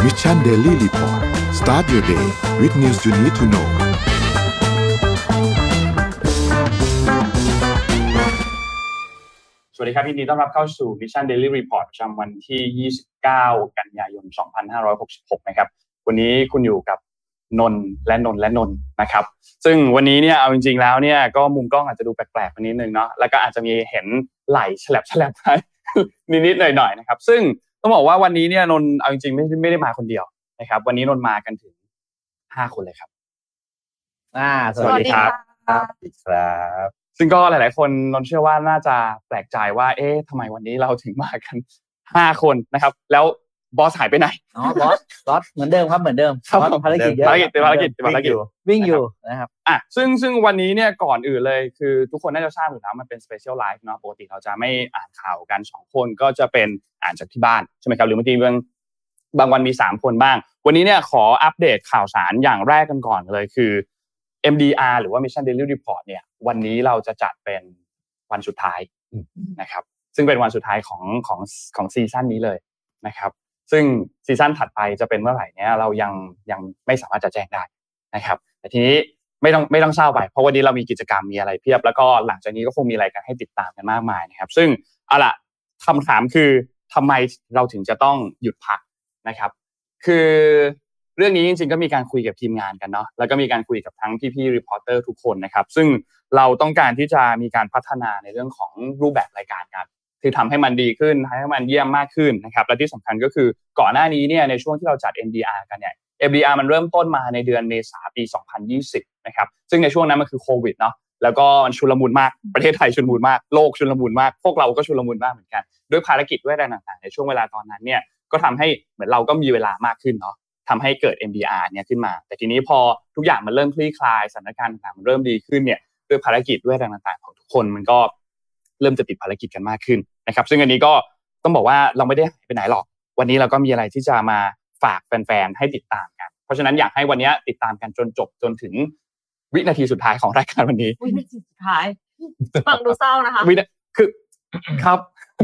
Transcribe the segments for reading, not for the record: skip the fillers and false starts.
Mission Daily Report start your day with news you need to know สวัสดีครับยินดีต้อนรับเข้าสู่ Mission Daily Report ประจำวันที่29กันยายน2566นะครับวันนี้คุณอยู่กับนนท์นะครับซึ่งวันนี้เนี่ยเอาจริงๆแล้วเนี่ยก็มุมกล้องอาจจะดูแปลกๆนิดนึงเนาะแล้วก็อาจจะมีเห็นไหล่แฉลบๆไปนิดๆหน่อยๆนะครับซึ่งต้องบอกว่าวันนี้เนี่ยนนท์เอาจริงๆไม่ได้มาคนเดียวนะครับวันนี้นนท์มากันถึง5คนเลยครับสวัสดีครับครับซึ่งก็หลายๆคนนนท์เชื่อว่าน่าจะแปลกใจว่าทำไมวันนี้เราถึงมากัน5คนนะครับแล้วบอสหายไปไหนบอสเหมือนเดิมครับเหมือนเดิมภารกิจเยอะภารกิจวิ่งอยู่นะครับซึ่งวันนี้เนี่ยก่อนอื่นเลยคือทุกคนน่าจะทราบอยู่แล้วมันเป็น Special Live เนาะปกติเราจะไม่อ่านข่าวกัน2คนก็จะเป็นอ่านจากที่บ้านใช่มั้ยครับหรือบางทีบางวันมี3คนบ้างวันนี้เนี่ยขออัปเดตข่าวสารอย่างแรกกันก่อนเลยคือ MDR หรือว่า Mission Daily Report เนี่ยวันนี้เราจะจัดเป็นวันสุดท้ายนะครับซึ่งเป็นวันสุดท้ายของซีซั่นนี้เลยนะครับซึ่งซีซั่นถัดไปจะเป็นเมื่อไหร่เนี่ยเรายังไม่สามารถจะแจ้งได้นะครับแต่ทีนี้ไม่ต้องเศร้าไปเพราะวันนี้เรามีกิจกรรมมีอะไรเพียบแล้วก็หลังจากนี้ก็คงมีรายการให้ติดตามกันมากมายนะครับซึ่งเอาล่ะคำถามคือทำไมเราถึงจะต้องหยุดพักนะครับคือเรื่องนี้จริงๆก็มีการคุยกับทีมงานกันเนาะแล้วก็มีการคุยกับทั้งพี่ๆรีพอร์เตอร์ทุกคนนะครับซึ่งเราต้องการที่จะมีการพัฒนาในเรื่องของรูปแบบรายการกันคือทำให้มันดีขึ้นให้มันเยี่ยมมากขึ้นนะครับและที่สำคัญก็คือก่อนหน้านี้เนี่ยในช่วงที่เราจัด MDR กันเนี่ย MDR มันเริ่มต้นมาในเดือนเมษายนปี2020นะครับซึ่งในช่วงนั้นมันคือโควิดเนาะแล้วก็มันชุลมุนมากประเทศไทยชุลมุนมากโลกชุลมุนมากพวกเราก็ชุลมุนมากเหมือนกันด้วยภารกิจด้วยอะไรต่างๆในช่วงเวลาตอนนั้นเนี่ยก็ทำให้เหมือนเราก็มีเวลามากขึ้นเนาะทำให้เกิด MDR เนี่ยขึ้นมาแต่ทีนี้พอทุกอย่างมันเริ่มคลี่คลายสถานการณ์ต่างๆมันเริ่มดีขึ้นเนี่ยด้วยภารกิจด้วยต่างๆของทุกคนมันก็เริ่มจะติดภารกิจกันมากขึ้นนะครับซึ่งอันนี้ก็ต้องบอกว่าเราไม่ได้หายไปไหนหรอกวันนี้เราก็มีอะไรที่จะมาฝากแฟนๆให้ติดตามกันเพราะฉะนั้นอยากให้วันนี้ติดตามกันจนจบจนถึงวินาทีสุดท้ายของรายการวันนี้วินาทีสุดท้ายฟังดูเศร้านะคะคือครับ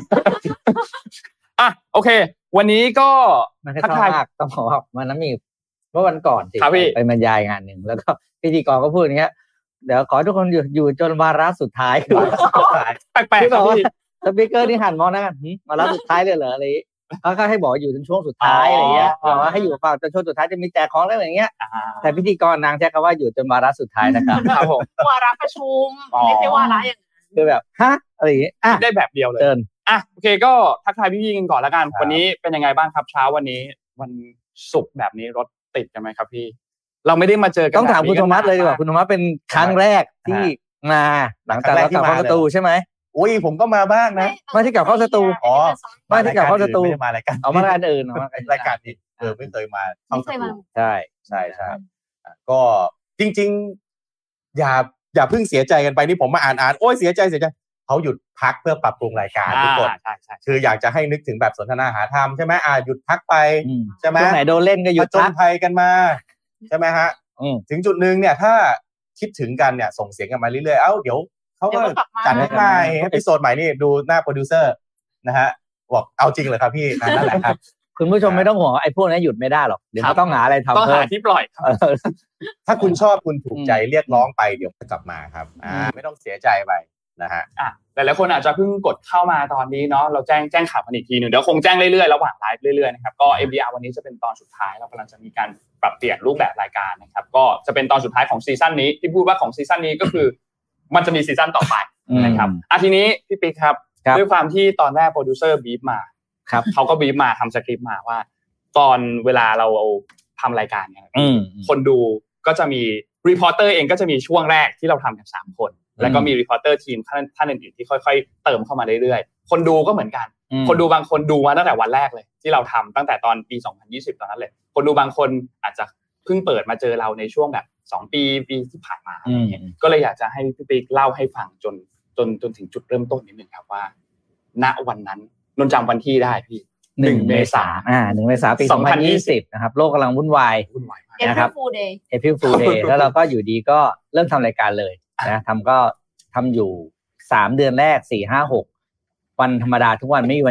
โอเควันนี้ก็ทักทายต้องบอกว่ามันมีเมื่อวันก่อนสิไปบรรยายงานนึงแล้วก็พิธีกรก็พูดอย่างเงี้ยเดี๋ยวขอทุกคนอยู่จนวาระสุดท้ายแปลกๆครับพี่สปีกเกอร์นี่หันมองนะวาระสุดท้ายเลยเหรออะไรเขาก็ให้บอกอยู่จนช่วงสุดท้ายอะไรเงี้ยบอกว่าให้อยู่ฟังจนช่วงสุดท้ายจะมีแจกของอะไรอย่างเงี้ยแต่พิธีกรนางใช้คำว่าอยู่จนวาระสุดท้ายนะครับครับผมวาระประชุมไม่ใช่วาระอย่างนั้นคือแบบฮะอะไรอย่างเงี้ยได้แบบเดียวเลยโอเคก็ทักทายพี่ๆกันก่อนแล้วกันวันนี้เป็นยังไงบ้างครับเช้าวันนี้วันศุกร์แบบนี้รถติดกันไหมครับพี่เราไม่ได้มาเจอกันต้องถามคุณโทมัสเลยดีกว่าคุณโทมัสเป็นครั้งแรกที่มาหลังจากเรากลับเข้าสตูใช่ไหมอุ้ยผมก็มาบ้างนะไม่ที่กลับเข้าสตูไม่ที่กลับเข้าสตูไม่ได้มารายการเอามารายการอื่นรายการนี้ไม่เคยมาเข้าสตูใช่ก็จริงๆอย่าเพิ่งเสียใจกันไปนี่ผมมาอ่านโอ้ยเสียใจเขาหยุดพักเพื่อปรับปรุงรายการทุกคนคืออยากจะให้นึกถึงแบบสนทนาหาธรรมใช่ไหมหยุดพักไปใช่ไหมไหนโดนเล่นก็หยุดพักจนภัยกันมาใช่ไหมฮะถึงจุดนึงเนี่ยถ้าคิดถึงกันเนี่ยส่งเสียงกันมาเรื่อยๆเดี๋ยวเขาก็จัดให้ใหม่เอพิโซดใหม่นี่ดูหน้าโปรดิวเซอร์นะฮะบอกเอาจริงเลยครับพี่นั่นแหละครับคุณผู้ชมไม่ต้องห่วงไอ้พวกนี้หยุดไม่ได้หรอกเดี๋ยวต้องหาอะไรทำต้องหาที่ปล่อยถ้าคุณชอบคุณถูกใจเรียกร้องไปเดี๋ยวจะกลับมาครับไม่ต้องเสียใจไปนะฮะหลายๆคนอาจจะเพิ่งกดเข้ามาตอนนี้เนาะเราแจ้งข่าวกันอีกทีนึงเดี๋ยวคงแจ้งเรื่อยๆระหว่างไลฟ์เรื่อยๆนะครับก็ MDR วันนี้จะเป็นตอนสุดท้ายเรากำลังจะมีการปรับเปลี่ยนรูปแบบรายการนะครับก็จะเป็นตอนสุดท้ายของซีซั่นนี้ที่พูดว่าของซีซั่นนี้ก็คือมันจะมีซีซั่นต่อไปนะครับทีนี้พี่ปิ๊กครับด้วยความที่ตอนแรกโปรดิวเซอร์บีฟมาครับเขาก็บีฟมาทำสคริปต์มาว่าตอนเวลาเราทำรายการเนี่ยคนดูก็จะมีรีพอร์เตอร์เองก็จะมีช่วงแรกที่เราทำกัน3คนแล้วก็มีรีพอร์เตอร์ทีมท่านอื่นๆที่ค่อยๆเติมเข้ามาเรื่อยๆคนดูก็เหมือนกันคนดูบางคนดูมาตั้งแต่วันแรกเลยที่เราทำตั้งแต่ตอนปี2020ตอนนั้นเลยคนดูบางคนอาจจะเพิ่งเปิดมาเจอเราในช่วงแบบ2ปีที่ผ่านมาอะไรเงี้ยก็เลยอยากจะให้พี่ปิ๊กเล่าให้ฟังจนถึงจุดเริ่มต้นนิดนึงครับว่าณวันนั้นนนจำวันที่ได้พี่1 เมษายน 1 เมษายนปี2020นะครับโลกกำลังวุ่นวายนะครับ April Fool Day แล้วเราก็อยู่ดีก็เริ่มทำรายการเลยนะทำอยู่3เดือนแรก4 5 6วันธรรมดาทุกวันไม่มีวันหยุด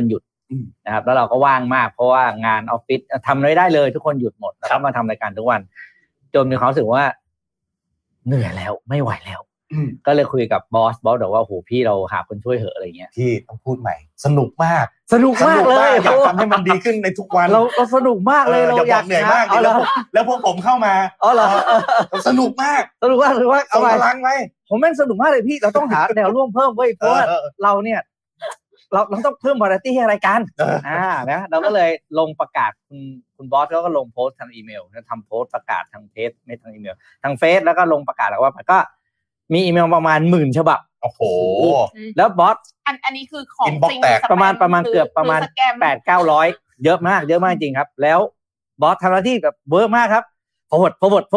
นะครับแล้วเราก็ว่างมากเพราะว่างานออฟฟิศทำไม่ได้เลยทุกคนหยุดหมดแล้วก็มาทำรายการทุกวันจนมีความรู้สึกว่าเหนื่อยแล้วไม่ไหวแล้วก็เลยคุยกับบอสบอกว่าโหพี่เราหาคนช่วยเหอะอะไรเงี้ยพี่ต้องพูดใหม่สนุกมากเลยอยากทำให้มันดีขึ้นในทุกวันเราสนุกมากเลยเราอยากเหนื่อยมากแล้วพวกผมเข้ามาเหรอสนุกมากหรือว่าเอาพลังไหมผมแม่งสนุกมากเลยพี่เราต้องหาแนวร่วมเพิ่มเว้ยเพราะว่าเราเนี่ยเราต้องเพิ่มวาไรตี้ให้รายการนะเราก็เลยลงประกาศคุณบอสก็ลงโพสต์ทางอีเมลทำโพสต์ประกาศทางเฟซไม่ทางอีเมลทางเฟซแล้วก็ลงประกาศแล้วว่าก็มีอีเมลประมาณ 10,000 ฉบับโอ้โหแล้วบอสอันนี้คือของจริงประมาณเกือบประมาณ 8-900 เยอะมากจริงครับแล้วบอสทำหน้าที่แบบเวิร์กมากครับforward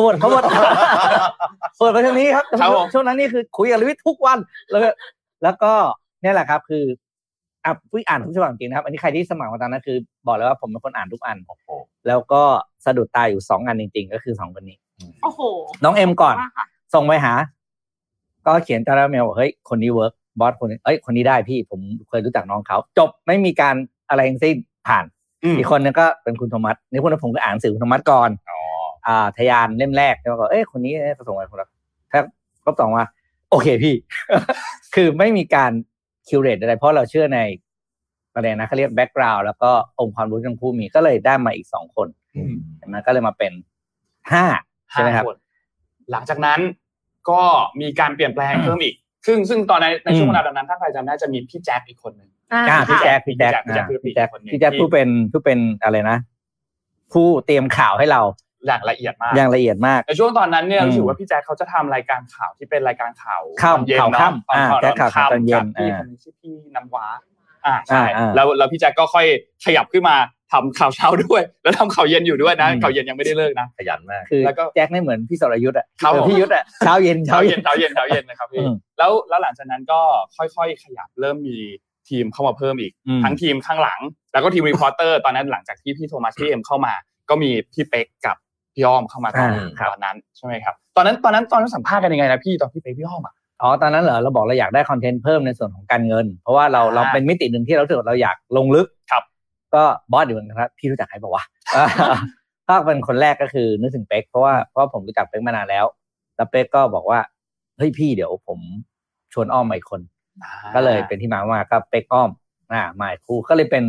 ไปทางนี้ครับช่วงนั้นนี่คือคุยกับวิทย์ทุกวันแล้วก็นี่แหละครับคือผู้อ่านทุกฉบับจริงนะครับอันนี้ใครที่สมัครมาตอนนั้นคือบอกเลยว่าผมเป็นคนอ่านทุกอันแล้วก็สะดุดตาอยู่2อันจริงๆก็คือ2คนนี้โอ้โหน้องเอ็มก่อนส่งไปหาก็เขียนตารางเมลว่าเฮ้ยคนนี้เวิร์กบอสคนนี้คนนี้ได้พี่ผมเคยรู้จักน้องเขาจบไม่มีการอะไรทั้งสิ้นผ่านอีกคนนึงก็เป็นคุณโทมัสนี่คุณผมก็อ่านสื่อคุณโทมัสก่อนทยานเล่มแรกแล้วก็คนนี้ส่งไปคนละถ้าก็ตอบว่าโอเคพี่ คือไม่มีการคิวเรตอะไรเพราะเราเชื่อในประเด็นนะเขาเรียกแบ็กกราวด์แล้วก็องค์ความรู้ทั้งคู่มีก็เลยได้มาอีก2คนมันก็เลยมาเป็น5ใช่ไหมครับหลังจากนั้นก็มีการเปลี่ยนแปลงเพิ่มอีกซึ่งตอนในช่วงเวลานั้นถ้าใครจำได้จะมีพี่แจ็คอีกคนนึงพี่แจ็คผู้เป็นอะไรนะผู้เตรียมข่าวให้เราอย่างละเอียดมากในช่วงตอนนั้นเนี่ยรู้สึกว่าพี่แจ็คเขาจะทำรายการข่าวที่เป็นรายการข่าวเย็นเนาะแจ็คข่าวตอนเย็นพี่คนนี้ชื่อพี่น้ำว้าใช่แล้วพี่แจ็คก็ค่อยขยับขึ้นมาทำข่าวเช้าด้วยแล้วทำข่าวเย็นอยู่ด้วยนะข่าวเย็นยังไม่ได้เลิกนะขยันมากคือแจ็คนี่เหมือนพี่สรยุทธ์พี่ยุทธ์เช้าเย็นนะครับพี่แล้วหลังจากนั้นก็ค่อยๆขยับเริ่มมีทีมเข้ามาเพิ่มอีกทั้งทีมข้างหลังแล้วก็ทีมรีพอร์เตอร์ตอนนั้นหลังจากที่พี่โทมัสพี่เอ็มเข้ามาก็มีพี่เป๊กกับพี่อ้อมเข้ามาตอนนั้นใช่ไหมครับตอนนั้นสัมภาษณ์กันยังไงนะพี่ตอนพี่เป๊กพี่อ้อมตอนนั้นเหรอเราบอกเราอยากได้คอนเทนต์เพิ่มในส่วนของการเงินเพราะว่าเราเป็นมิตินึงที่เราถือเราอยากลงลึกครับก็บอสอยู่นะครับพี่รู้จักใครบอกว่าก็เป็นคนแรกก็คือนึกถึงเป๊กเพราะผมรู้จักเป๊กมานานแล้วเป๊กก็บอกว่าเฮ้ยพี่เดี๋ยวผมชวนอ้อมมาอีกคนก็เลยเป็นที่มาว่าก็เป๊กอ้อมมาอีกคู่ก็เลยเป็น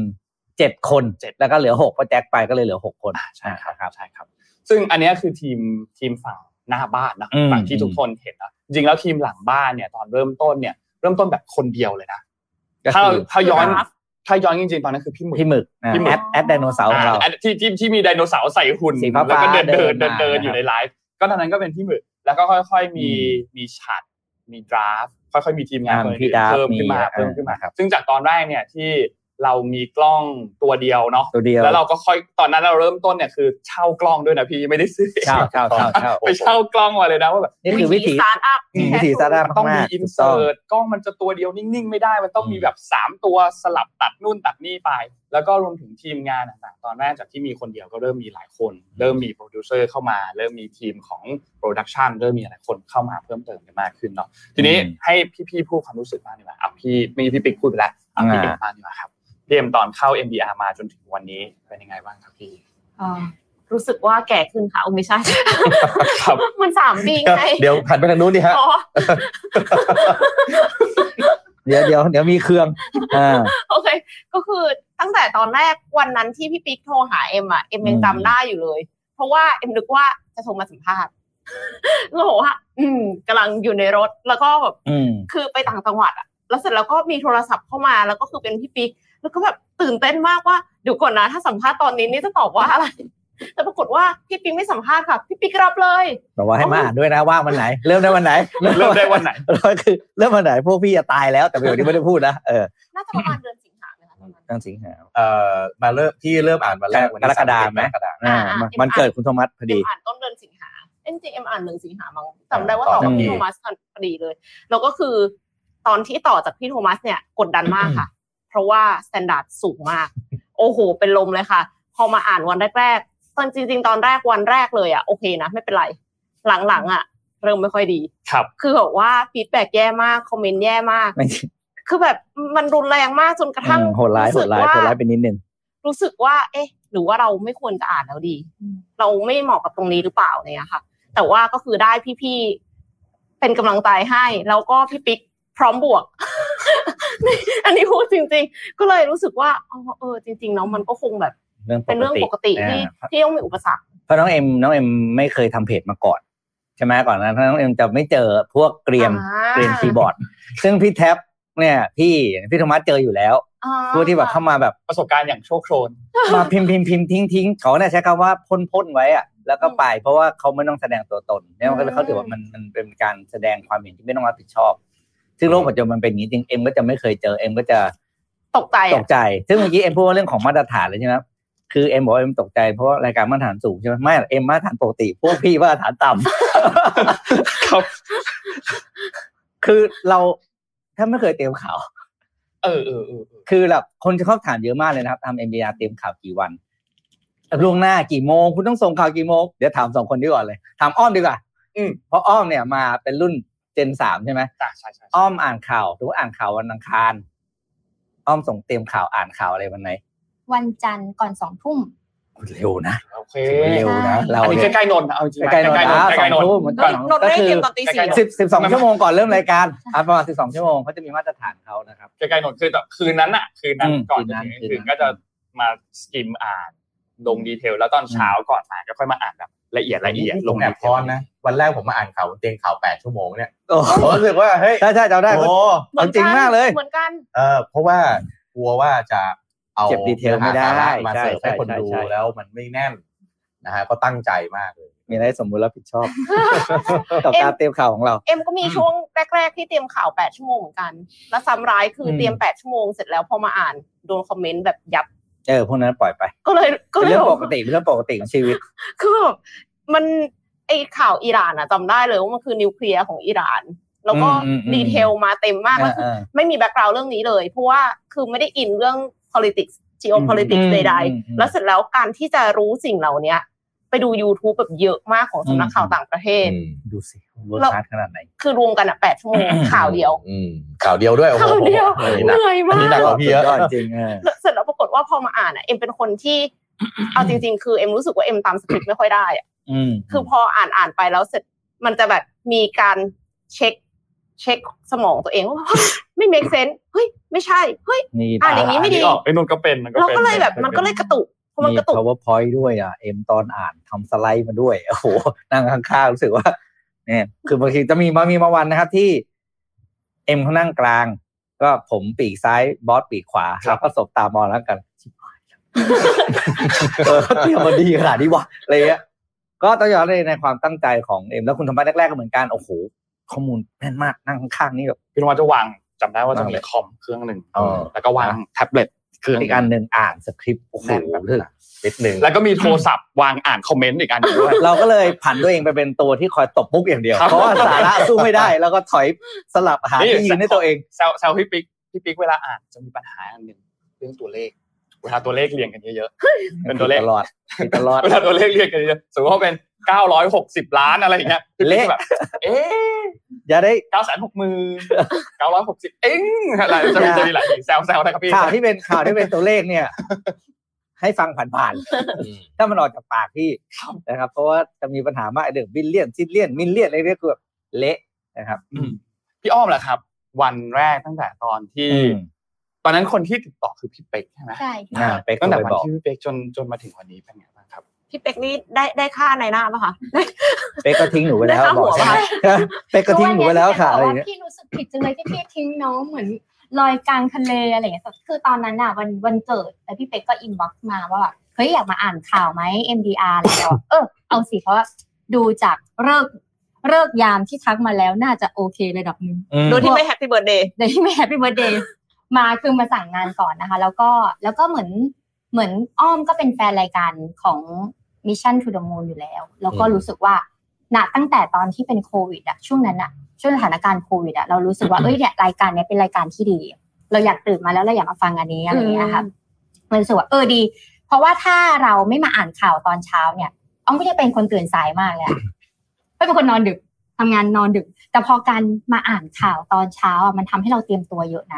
7คนแล้วก็เหลือ6เพราะแจ็คไปก็เลยเหลือ6คนใช่ครับซึ่งอันนี้คือทีมฝั่งหน้าบ้านนะฝั่งที่ทุกคนเห็นนะจริงแล้วทีมหลังบ้านเนี่ยตอนเริ่มต้นแบบคนเดียวเลยนะถ้าย้อนจริงๆตอนนั้นคือพี่หมึกแอดไดโนเสาร์ของเราที่มีไดโนเสาร์ใส่หุ่นแล้วก็เดินอยู่ในไลฟ์ก็ตอนนั้นก็เป็นพี่หมึกแล้วก็ค่อยๆมีฉัดมีดราฟค่อยๆมีทีมงานเพิ่มขึ้นมาซึ่งจากตอนแรกเนี่ยที่เรามีกล้องตัวเดียวเนาะแล้วเราก็ค่อยตอนนั้นเราเริ่มต้นเนี่ยคือเช่ากล้องด้วยนะพี่ไม่ได้ซื้อเช่าไปเช่ากล้องมาเลยนะว่าแบบนี่คือวิธีสตาร์ทอัพต้องมีอินเสิร์ตกล้องมันจะตัวเดียวนิ่งๆไม่ได้มันต้องมีแบบ3ตัวสลับตัดนู่นตัดนี่ไปแล้วก็รวมถึงทีมงานต่างๆตอนแรกจากที่มีคนเดียวก็เริ่มมีหลายคนเริ่มมีโปรดิวเซอร์เข้ามาเริ่มมีทีมของโปรดักชันเริ่มมีหลายคนเข้ามาเพิ่มเติมกันมากขึ้นเนาะทีนี้ให้พี่ๆพูดความรู้สึกบ้างดีกว่าพี่ปิ๊กพูดไปแล้วพี่เอ็มบ้างดีกว่าครับพี่เอ็มตอนเข้า MDR มาจนถึงวันนี้เป็นยังไงบ้างครับพี่รู้สึกว่าแก่ขึ้นค่ะไม่ใช่ครับมัน3ปีไงเดี๋ยวหันไปทางนู้นดิฮะเดี๋ยวมีเครื่องโอเคก็คือตั้งแต่ตอนแรกวันนั้นที่พี่ปิ๊กโทรหาเอ็มยังจำได้อยู่เลยเพราะว่าเอ็มนึกว่าจะโทรมาสัมภาษณ์แล้วบอกว่ากำลังอยู่ในรถแล้วก็แบบคือไปต่างจังหวัดแล้วเสร็จแล้วก็มีโทรศัพท์เข้ามาแล้วก็คือเป็นพี่ปิ๊กแล้วก็แบบตื่นเต้นมากว่าเดี๋ยวก่อนนะถ้าสัมภาษณ์ตอนนี้นี่จะตอบว่าอะไรแต่ปรากฏว่าพี่ปิ๊กไม่สัมภาษณ์ค่ะพี่ปิ๊กรับเลยบอกว่าให้มาด้วยนะว่างวันไหนเริ่มได้วันไหนคือเริ่มวันไหนพวกพี่จะตายแล้วแต่ประโยคนี้ไม่ได้พูดนะน่าจะประมาณเดือนสิงหานะคะเดือนสิงหามาเริ่มอ่านวันแรกวันกรกฎาคมมั้ยมันเกิดคุณโทมัสพอดีอ่านต้นเดือนสิงหาจริงๆอ่าน1สิงหามั้งจำได้ว่าต่อจากพี่โทมัสพอดีเลยแล้วก็คือตอนที่ต่อจากพี่โทมัสเนี่ยกดดันมากค่ะเพราะว่าสแตนดาร์ดสูงมากโอ้โหเป็นลมเลยค่ะพอมาอ่านวันแรกๆตอนจริงๆตอนแรกวันแรกเลยโอเคนะไม่เป็นไรหลังๆเริ่มไม่ค่อยดีครับคือแบบว่าฟีดแบคแย่มากคอมเมนต์แย่มากคือแบบมันรุนแรงมากจนกระทั่งโหดร้ายไปนิดนึงรู้สึกว่าเอ๊ะหรือว่าเราไม่ควรจะอ่านแล้วดีเราไม่เหมาะกับตรงนี้หรือเปล่าเนี่ยค่ะแต่ว่าก็คือได้พี่ๆเป็นกำลังใจให้แล้วก็พี่ปิ๊กพร้อมบวก อันนี้พูดจริงๆก็เลยรู้สึกว่าจริงๆเนาะมันก็คงแบบเป็นเรื่องปกติที่ต้องมีอุปสรรคเพราะน้องเอ็มไม่เคยทำเพจมาก่อนใช่ไหมก่อนนั้นน้องเอ็มจะไม่เจอพวกเกรียนคีย์บอร์ดซึ่งพี่แท็บเนี่ยพี่โทมัสเจออยู่แล้วพวกที่แบบเข้ามาแบบประสบการณ์อย่างโชคโชนมาพิมพ์ทิ้งเขาเนี่ยใช้คำว่าพ่นไว้อะแล้วก็ไปเพราะว่าเขาไม่ต้องแสดงตัวตนเนี่ยมันก็เขาถือว่ามันเป็นการแสดงความเห็นที่ไม่ต้องรับผิดชอบซึ่งโลกปัจจุบันมันเป็นอย่างนี้จริงเอ็มก็จะไม่เคยเจอเอ็มก็จะตกใจซึ่งเมื่อกี้เอ็มพูดว่าเรื่องของมาตรฐานเลยใช่ไหมคือเอ็มบอกเอ็มตกใจเพราะรายการมาตรฐานสูงใช่ไหมไม่เอ็มมาตรฐานปกติพวกพี่มาตรฐานต่ำครับคือเราถ้าไม่เคยเตรียมข่าวคือแบบคนจะเข้าถามเยอะมากเลยนะครับทำ MDR เตรียมข่าวกี่วันล่วงหน้ากี่โมงคุณต้องส่งข่าวกี่โมงเดี๋ยวถาม2คนนี้ก่อนเลยถามอ้อมดีกว่าเพราะอ้อมเนี่ยมาเป็นรุ่นเจน3ใช่ไหมใช่อ้อมอ่านข่าวทุกอ่านข่าววันอังคารอ้อมส่งเตรียมข่าวอ่านข่าวอะไรวันไหนวันจันทร์ก่อน 20:00 นเร็วนะโอเคเร็วนะเราอันนี้ใกล้ๆนนท์เอาจริงๆใกล้ๆนนท์ก็คือ 12ชั่วโมงก่อนเริ่มรายการประมาณ12ชั่วโมงเขาจะมีมาตรฐานเขานะครับใกล้ๆนนท์คือคืนนั้นก่อนจะถึงคืนก็จะมาสกิมอ่านลงดีเทลแล้วตอนเช้าก่อนมาก็ค่อยมาอ่านแบบละเอียดลงแอบพรนะวันแรกผมมาอ่านข่าวเตียงข่าว8ชั่วโมงเนี่ยผมรู้สึกว่าเฮ้ยใช่ๆเจ้าได้โอ้จริงมากเลยเหมือนกันเพราะว่ากลัวว่าจะเอาเก็บดีเทลไม่ได้มาเสิร์ฟให้คนดูแล้วมันไม่แน่นนะฮะก็ตั้งใจมากเลยมีอะไรสมมุติรับผิดชอบกับการเตรียมข่าวของเราเอ็มก็มีช่วงแรกๆที่เตรียมข่าว8ชั่วโมงเหมือนกันแล้วซ้ำร้ายคือเตรียม8ชั่วโมงเสร็จแล้วพอมาอ่านโดนคอมเมนต์แบบยับพวกนั้นปล่อยไปก็เลยเรื่องปกติของชีวิตคือแบบมันไอข่าวอิหร่านอะจำได้เลยว่ามันคือนิวเคลียร์ของอิหร่านแล้วก็ดีเทลมาเต็มมากแล้วคือไม่มีแบ็คกราวด์เรื่องนี้เลยเพราะว่าคือไม่ได้อินเรื่อง politics geopolitics ใดๆแล้วเสร็จแล้วการที่จะรู้สิ่งเหล่านี้ไปดู YouTube แบบเยอะมากของสำนักข่าวต่างประเทศดูสิเวิร์คฮาร์ดขนาดไหนคือรวมกัน8ชั่วโมงข่าวเดียวข่าวเดียวด้วยโอ้โหเหนื่อยมากนี่หนักกว่าพี่เยอะจริงเสร็จแล้วปรากฏว่าพอมาอ่านเอ็มเป็นคนที่เอาจริงๆคือเอ็มรู้สึกว่าเอ็มตามสคริปต์ไม่ค่อยได้คือพออ่านไปแล้วเสร็จมันจะแบบมีการเช็คสมองตัวเองว่าไม่ make sense เฮ้ยไม่ใช่เฮ้ยอย่างนี้ไม่ดีไอ้นู่นก็เป็นเราก็เลยแบบมันก็เลยกระตุกพอมันกระตุก PowerPoint ด้วยเอ็มตอนอ่านทำสไลด์มาด้วยโอ้โหนั่งข้างๆรู้สึกว่าเนี่ยคือบางทีจะมีมาวันนะครับที่เอ็มเขานั่งกลางก็ผมปีกซ้ายบอสปีกขวาแล้วก็สบตามองแล้วกันเตรียมมาดีขนาดนี้วะอะไรเงี้ยก็ต้องยอมรับในความตั้งใจของเอ็มแล้วคุณธรรมะแรกๆก็เหมือนกันโอ้โหข้อมูลแน่นมากนั่งข้างๆนี่แบบพี่ธรรมะจะวางจำได้ว่าจะมีคอมเครื่องนึงแล้วก็วางแท็บเล็ตเครื่องอีกอันนึงอ่านสคริปต์โอ้โหนิดนึงแล้วก็มีโทรศัพท์วางอ่านคอมเมนต์อีกอันนึงด้วยเราก็เลยผันตัวเองไปเป็นตัวที่คอยตบมุกอย่างเดียวเพราะว่าสาระสู้ไม่ได้แล้วก็ถอยสลับหาที่ยืนให้ตัวเองแซวพี่ปิ๊กเวลาอ่านจะมีปัญหาอันนึงเรื่องตัวเลขเวลาตัวเลขเรียงกันเยอะๆเป็นตัวเลขตลอดเวลาตัวเลขเรียงกันเยอะสมมติว่าเป็น960ล้านอะไรอย่างเงี้ยเลขแบบอย่าได้ 960,960อะไรจะมีหลายแซวนะครับพี่ข่าวที่เป็นตัวเลขเนี่ยให้ฟังผ่านๆถ้ามันออกจากปากพี่นะครับเพราะว่าจะมีปัญหามากเรื่องบิลเลียนซิลเลียนมิลเลียนอะไรเรียกคือแบบเละนะครับพี่อ้อมล่ะครับวันแรกตั้งแต่ตอนที่ตอนนั้นคนที่ติดต่อคือพี่เป๊กใช่ไหมใช่เป็กตั้งแต่วันที่พี่เป๊กจนมาถึงวันนี้เป็นไงบ้างครับพี่เป๊กนี่ได้ค่าในหน้าป่ะคะเป๊กก็ทิ้งหนูไปแล้วบอกใช่เป๊กก็ทิ้งหนูไปแล้วค่ะอะไรอย่างเงี้ยพี่รู้สึกผิดจังเลยที่พี่ทิ้งน้องเหมือนลอยกลางทะเลอะไรอย่างเงี้ยคือตอนนั้นน่ะวันเกิดแล้วพี่เป๊กก็อินบ็อกซ์มาว่าแบบเฮ้ยอยากมาอ่านข่าวไหม MDR อะไรแล้วเอาสิเพราะว่าดูจากเลิกยามที่ทักมาแล้วน่าจะโอเคระดับนึงโดยที่ไม่แฮปปี้เบิร์ธเดย์มาคือมาสั่งงานก่อนนะคะแล้วก็เหมือนอ้อมก็เป็นแฟนรายการของ Mission to the Moon อยู่แล้วก็รู้สึกว่าณตั้งแต่ตอนที่เป็นโควิดอ่ะช่วงนั้นอ่ะช่วงสถานการณ์โควิดอ่ะเรารู้สึกว่าเนี่ยรายการนี้เป็นรายการที่ดีเราอยากตื่นมาแล้วเราอยากมาฟังอันนี้อะไรอย่างเงี้ยค่ะมันรู้สึกว่าดีเพราะว่าถ้าเราไม่มาอ่านข่าวตอนเช้าเนี่ยอ้อมไม่ได้เป็นคนตื่นสายมากเลยเป็นคนนอนดึกทำงานนอนดึกแต่พอการมาอ่านข่าวตอนเช้ามันทำให้เราเตรียมตัวเยอะนะ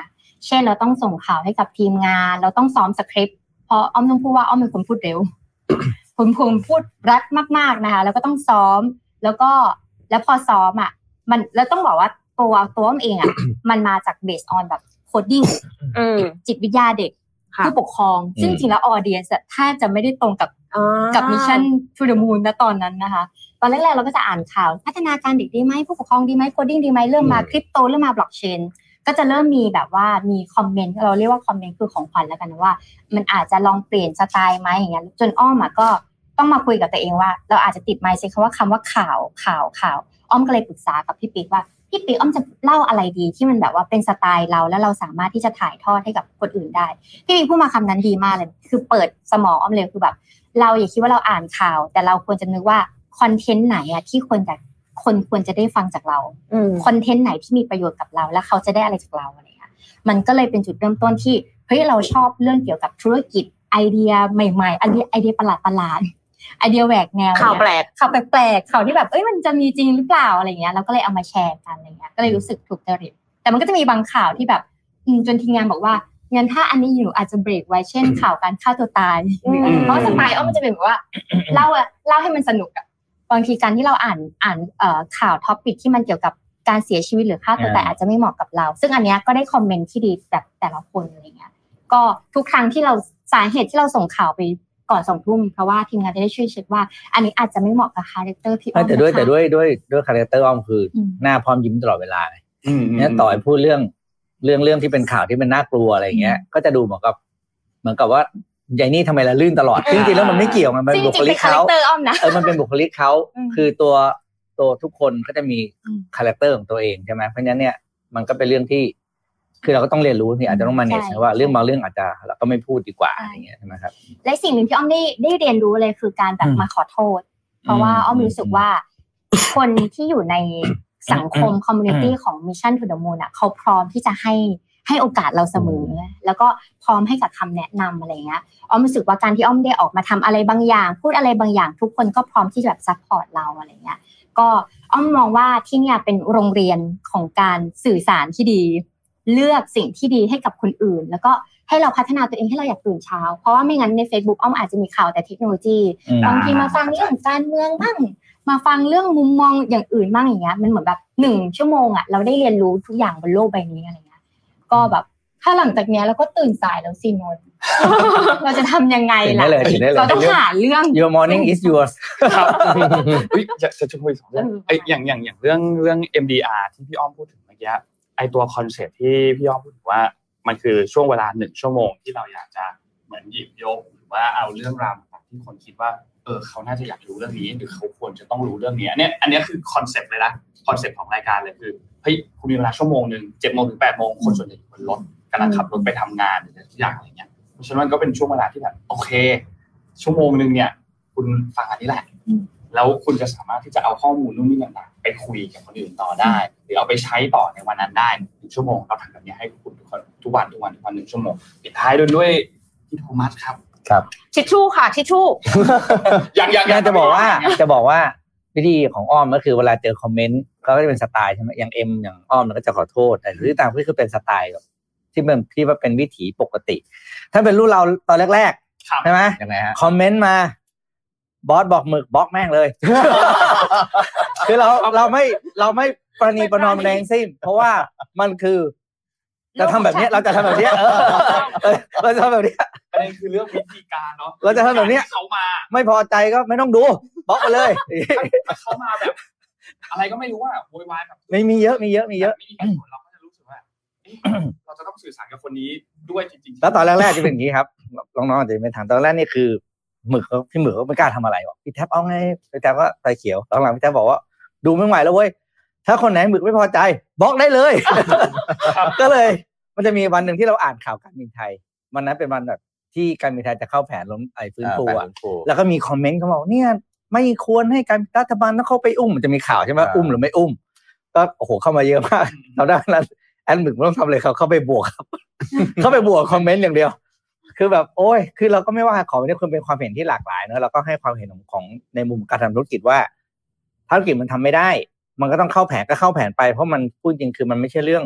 เช่นเราต้องส่งข่าวให้กับทีมงานเราต้องซ้อมสคริปต์เพราะอ้อมต้องพูดว่าอ้อมเป็นคนพูดเร็ว ผมพูดแรปมากๆนะคะแล้วก็ต้องซ้อมแล้วพอซ้อมอ่ะมันแล้วต้องบอกว่าตัวอ้อมเองอ่ะ มันมาจากเบสออนแบบโคดดิ้งจิตวิทยาเด็กผู้ปกครองซึ่งจริงแล้วออเดียนส์แทบจะไม่ได้ตรงกับMission to the Moon ณตอนนั้นนะคะตอนแรกๆเราก็จะอ่านข่าวพัฒนาการเด็กดีไหมผู้ปกครองดีไหมโคดดิ้งดีไหมเริ่มมาคริปโตเริ่มมาบล็อกเชนก็จะเริ่มมีแบบว่ามีคอมเมนต์เราเรียกว่าคอมเมนต์คือของขวัญแล้วกันนะว่ามันอาจจะลองเปลี่ยนสไตล์ไหมอย่างเงี้ยจนอ้อมอ่ะก็ต้องมาคุยกับตัวเองว่าเราอาจจะติดไมซ์เซ็ตคำว่าข่าวอ้อมก็เลยปรึกษากับพี่ปิ๊กว่าพี่ปิ๊กอ้อมจะเล่าอะไรดีที่มันแบบว่าเป็นสไตล์เราแล้วเราสามารถที่จะถ่ายทอดให้กับคนอื่นได้พี่ปิ๊กพูดมาคำนั้นดีมากเลยคือเปิดสมองอ้อมเลยคือแบบเราอย่าคิดว่าเราอ่านข่าวแต่เราควรจะนึกว่าคอนเทนต์ไหนอะที่คนควรจะได้ฟังจากเราคอนเทนต์ไหนที่มีประโยชน์กับเราแล้วเขาจะได้อะไรจากเราอะไรเงี้ยมันก็เลยเป็นจุดเริ่มต้นที่เฮ้ยเราชอบเรื่องเกี่ยวกับธุรกิจไอเดียใหม่ๆไอเดียประหลาดไอเดียแหวกแนวข่าวแปลกข่าวที่แบบมันจะมีจริงหรือเปล่าอะไรเงี้ยเราก็เลยเอามาแชร์กันอะไรเงี้ยก็เลยรู้สึกถูกจริตแต่มันก็จะมีบางข่าวที่แบบจนทีมงานบอกว่างั้นถ้าอันนี้อยู่อาจจะเบรกไว้เช่นข่าวการฆ่าตัวตายเพราะสไตล์มันจะเป็นแบบว่าเล่าให้มันสนุกอ่ะบางทีการที่เราอ่านข่าวท็อปิกที่มันเกี่ยวกับการเสียชีวิตหรือฆ่าตัวตายอาจจะไม่เหมาะกับเราซึ่งอันเนี้ยก็ได้คอมเมนต์ที่ดีแบบแต่ละคนอะไรเงี้ยก็ทุกครั้งที่เราสาเหตุที่เราส่งข่าวไปก่อน2 ทุ่มเพราะว่าทีมงานจะได้ช่วยเช็คว่าอันนี้อาจจะไม่เหมาะกับคาแรคเตอร์พี่อ้อมแต่ด้วยคาแรคเตอร์อ้อมคือหน้าพร้อมยิ้มตลอดเวลาเนี่ยต่อให้พูดเรื่องที่เป็นข่าวที่เป็นน่ากลัวอะไรอย่างเงี้ยก็จะดูเหมือนกับว่ายายนี่ทำไมละลื่นตลอดจริงๆแล้วมันไม่เกี่ยวมันเป็นบุคลิกเขามันเป็นบุคลิกเขาคือตัวทุกคนก็จะมีคาแรคเตอร์ของตัวเองใช่ไหมเพราะฉะนั้นเนี่ยมันก็เป็นเรื่องที่คือเราก็ต้องเรียนรู้นี่อาจจะต้องมาเนจว่าเรื่องบางเรื่องอาจจะเราก็ไม่พูดดีกว่าอะไรอย่างเงี้ยใช่ไหมครับและสิ่งหนึ่งที่อ้อมได้เรียนรู้เลยคือการแบบมาขอโทษเพราะว่าอ้อมรู้สึกว่าคนที่อยู่ในสังคมคอมมูนิตี้ของ Mission to the Moon อ่ะเขาพร้อมที่จะให้โอกาสเราเสมอแล้วก็พร้อมให้กับคำแนะนำอะไรเงี้ยอ้อมรู้สึกว่าการที่อ้อมได้ออกมาทำอะไรบางอย่างพูดอะไรบางอย่างทุกคนก็พร้อมที่จะแบบซัพพอร์ตเราอะไรเงี้ยก็อ้อมมองว่าที่เนี่ยเป็นโรงเรียนของการสื่อสารที่ดีเลือกสิ่งที่ดีให้กับคนอื่นแล้วก็ให้เราพัฒนาตัวเองให้เราอยากตื่นเช้าเพราะว่าไม่งั้นใน Facebook อ้อมอาจจะมีข่าวแต่เทคโนโลยีบางทีมาฟังเรื่องการเมืองบ้างมาฟังเรื่องมุมมองอย่างอื่นบ้างอย่างเงี้ยมันเหมือนแบบ1 ชั่วโมงอ่ะเราได้เรียนรู้ทุกอย่างบนโลกใบนี้อะไรเงี้ยก็แบบถ้าหลังจากนี้เราก็ตื่นสายแล้วสินนท์ เราจะทำยังไงล่ะเราต้องหาเรื่อง Your morning is yours ครับจะคุย2 เรื่องอย่างเรื่อง MDR ที่พี่อ้อมพูดถึงเมื่อกี้ไอตัวคอนเซ็ปต์ที่พี่อ้อมพูดถึงว่ามันคือช่วงเวลา1 ชั่วโมงที่เราอยากจะเหมือนหยิบยกหรือว่าเอาเรื่องราวที่คนคิดว่าเขาน่าจะอยากรู้เรื่องนี้หรือเขาควรจะต้องรู้เรื่องนี้เนี่ยอันนี้คือคอนเซ็ปต์เลยนะคอนเซ็ปต์ของรายการเลยคือเฮ้ยคุณมีเวลา1 ชั่วโมง 7 โมงถึง 8 โมงคนส่วนใหญ่อยู่บนรถกำลังขับรถไปทำงานหรือทุกอย่างอะไรเงี้ยเพราะฉะนั้นก็เป็นช่วงเวลาที่แบบโอเค1 ชั่วโมงเนี่ยคุณฟังอันนี้แหละแล้วคุณจะสามารถที่จะเอาข้อมูลนู่นนี่ต่างๆไปคุยกับคนอื่นต่อได้หรือเอาไปใช้ต่อในวันนั้นได้1 ชั่วโมงเราทำแบบนี้ให้คุณทุกคนทุกวัน1 ชั่วโมงปิดท้ายด้วยพี่โทมัสครับทิชชู่ค่ะทิชชู่ยังจะบอกว่าวิธีของอ้อมก็คือเวลาเจอคอมเมนต์เขาก็จะเป็นสไตล์ใช่ไหมอย่างเอ็มอย่างอ้อมก็จะขอโทษแต่ที่ต่างก็คือเป็นสไตล์ที่ว่าเป็นวิถีปกติถ้าเป็นรุ่นเราตอนแรกๆใช่ไหมคอมเมนต์มาบอสบอกหมึกบล็อกแม่งเลย คือเราไม่ประนีประนอมแรงสิ้นเพราะว่ามันคือจะทำแบบนี้เราจะทำแบบนี้เราจะทำแบบนี้อันนี้คือเรื่องวิธีการเนาะเราจะทำแบบนี้เขามาไม่พอใจก็ไม่ต้องดูบล็อกไปเลยเขามาแบบอะไรก็ไม่รู้ว่าโวยวายแบบไม่มีเยอะเราก็จะรู้สึกว่าเราจะต้องสื่อสารกับคนนี้ด้วยจริงๆแล้วตอนแรกๆจะเป็นอย่างนี้ครับน้องๆอาจจะไม่ทันตอนแรกนี่คือพี่หมึกเขาไม่กล้าทำอะไรบอกพี่แท็บเอาไงพี่แท็บก็ไฟเขียวหลังๆพี่แท็บบอกว่าดูไม่ไหวแล้วเว้ยถ้าคนไหนหมึกไม่พอใจบล็อกได้เลยก็เลยมันจะมีวันหนึ่งที่เราอ่านข่าวการบินไทยวันนั้นเป็นวันแบบที่การบินไทยจะเข้าแผนล้มฟื้นฟูอ่ะแล้วก็มีคอมเมนต์เขาบอกเนี่ยไม่ควรให้การรัฐบาลต้องเข้าไปอุ้มมันจะมีข่าวใช่ไหมอุ้มหรือไม่อุ้มก็โอ้โหเข้ามาเยอะมากเราได้นั้นแอนหมึกไม่ต้องทำเลยเขาเข้าไปบวกครับเข้าไปบวกคอมเมนต์อย่างเดียวคือแบบโอ้ยคือเราก็ไม่ว่าขอไม่ได้ควรเป็นความเห็นที่หลากหลายเนอะเราก็ให้ความเห็นของในมุมการทำธุรกิจว่าธุรกิจมันทำไม่ได้มันก็ต้องเข้าแผนก็เข้าแผนไปเพราะมันพูดจริงคือมันไม่ใช่เรื่อง